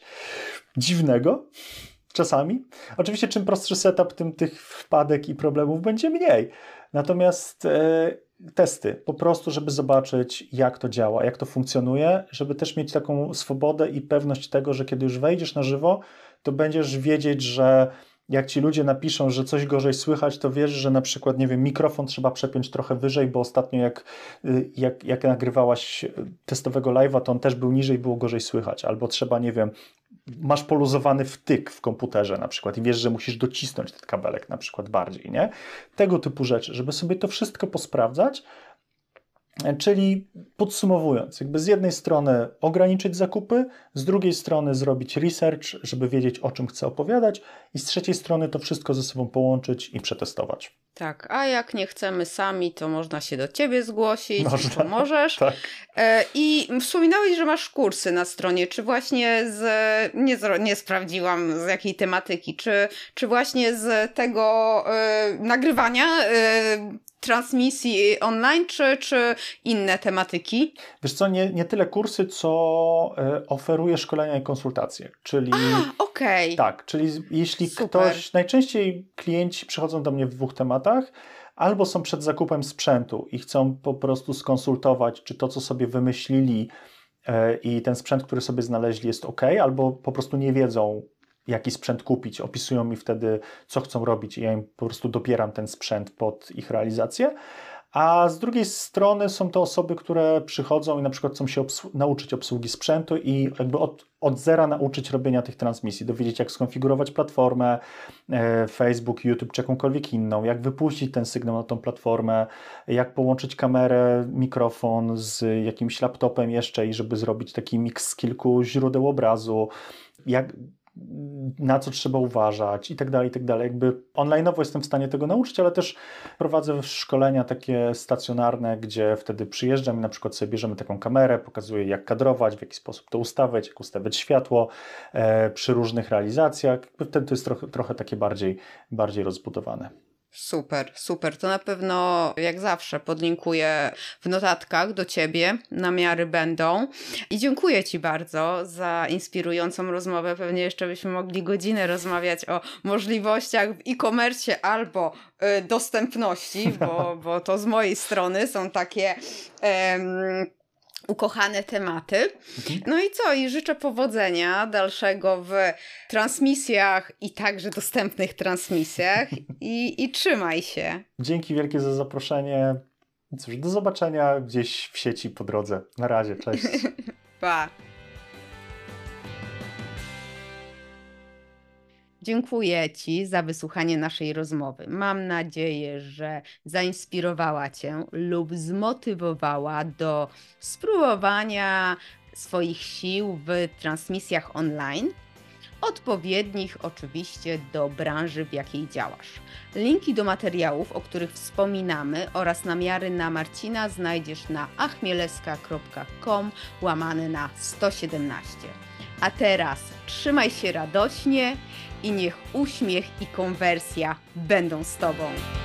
dziwnego czasami. Oczywiście czym prostszy setup, tym tych wpadek i problemów będzie mniej. Natomiast e, testy, po prostu, żeby zobaczyć, jak to działa, jak to funkcjonuje, żeby też mieć taką swobodę i pewność tego, że kiedy już wejdziesz na żywo, to będziesz wiedzieć, że jak ci ludzie napiszą, że coś gorzej słychać, to wiesz, że na przykład, nie wiem, mikrofon trzeba przepiąć trochę wyżej, bo ostatnio jak, jak, jak nagrywałaś testowego live'a, to on też był niżej, było gorzej słychać. Albo trzeba, nie wiem, masz poluzowany wtyk w komputerze na przykład i wiesz, że musisz docisnąć ten kabelek na przykład bardziej, nie? Tego typu rzeczy, żeby sobie to wszystko posprawdzać Czyli podsumowując, jakby z jednej strony ograniczyć zakupy, z drugiej strony zrobić research, żeby wiedzieć, o czym chcę opowiadać, i z trzeciej strony to wszystko ze sobą połączyć i przetestować. Tak, a jak nie chcemy sami, to można się do ciebie zgłosić, Można, pomożesz. tak. I wspominałeś, że masz kursy na stronie, czy właśnie z, nie, nie sprawdziłam z jakiej tematyki, czy, czy właśnie z tego y, nagrywania y, transmisji online, czy, czy inne tematyki? Wiesz co, nie, nie tyle kursy, co y, oferuję szkolenia i konsultacje, czyli... A, okej. Okay. Tak, czyli jeśli Super. Ktoś... Najczęściej klienci przychodzą do mnie w dwóch tematach, albo są przed zakupem sprzętu i chcą po prostu skonsultować, czy to, co sobie wymyślili y, i ten sprzęt, który sobie znaleźli, jest ok, albo po prostu nie wiedzą, jaki sprzęt kupić, opisują mi wtedy, co chcą robić, i ja im po prostu dopieram ten sprzęt pod ich realizację. A z drugiej strony są to osoby, które przychodzą i na przykład chcą się obsłu- nauczyć obsługi sprzętu i jakby od, od zera nauczyć robienia tych transmisji, dowiedzieć, jak skonfigurować platformę, e, Facebook, YouTube czy jakąkolwiek inną, jak wypuścić ten sygnał na tą platformę, jak połączyć kamerę, mikrofon z jakimś laptopem jeszcze, i żeby zrobić taki miks z kilku źródeł obrazu, jak na co trzeba uważać i tak dalej, i tak dalej. Jakby online'owo jestem w stanie tego nauczyć, ale też prowadzę szkolenia takie stacjonarne, gdzie wtedy przyjeżdżam i na przykład sobie bierzemy taką kamerę, pokazuję, jak kadrować, w jaki sposób to ustawiać, jak ustawiać światło e, przy różnych realizacjach. Wtedy to jest trochę, trochę takie bardziej, bardziej rozbudowane. Super, super. To na pewno, jak zawsze, podlinkuję w notatkach do ciebie. Namiary będą. I dziękuję ci bardzo za inspirującą rozmowę. Pewnie jeszcze byśmy mogli godzinę rozmawiać o możliwościach w e-commerce albo y, dostępności, bo, bo to z mojej strony są takie... Em, ukochane tematy. No i co? I życzę powodzenia dalszego w transmisjach i także dostępnych transmisjach i, i trzymaj się. Dzięki wielkie za zaproszenie. Cóż, do zobaczenia gdzieś w sieci po drodze. Na razie, cześć. Pa. Dziękuję Ci za wysłuchanie naszej rozmowy. Mam nadzieję, że zainspirowała Cię lub zmotywowała do spróbowania swoich sił w transmisjach online, odpowiednich oczywiście do branży, w jakiej działasz. Linki do materiałów, o których wspominamy, oraz namiary na Marcina znajdziesz na achmieleska kropka com łamane na sto siedemnaście. A teraz trzymaj się radośnie i niech uśmiech i konwersja będą z Tobą.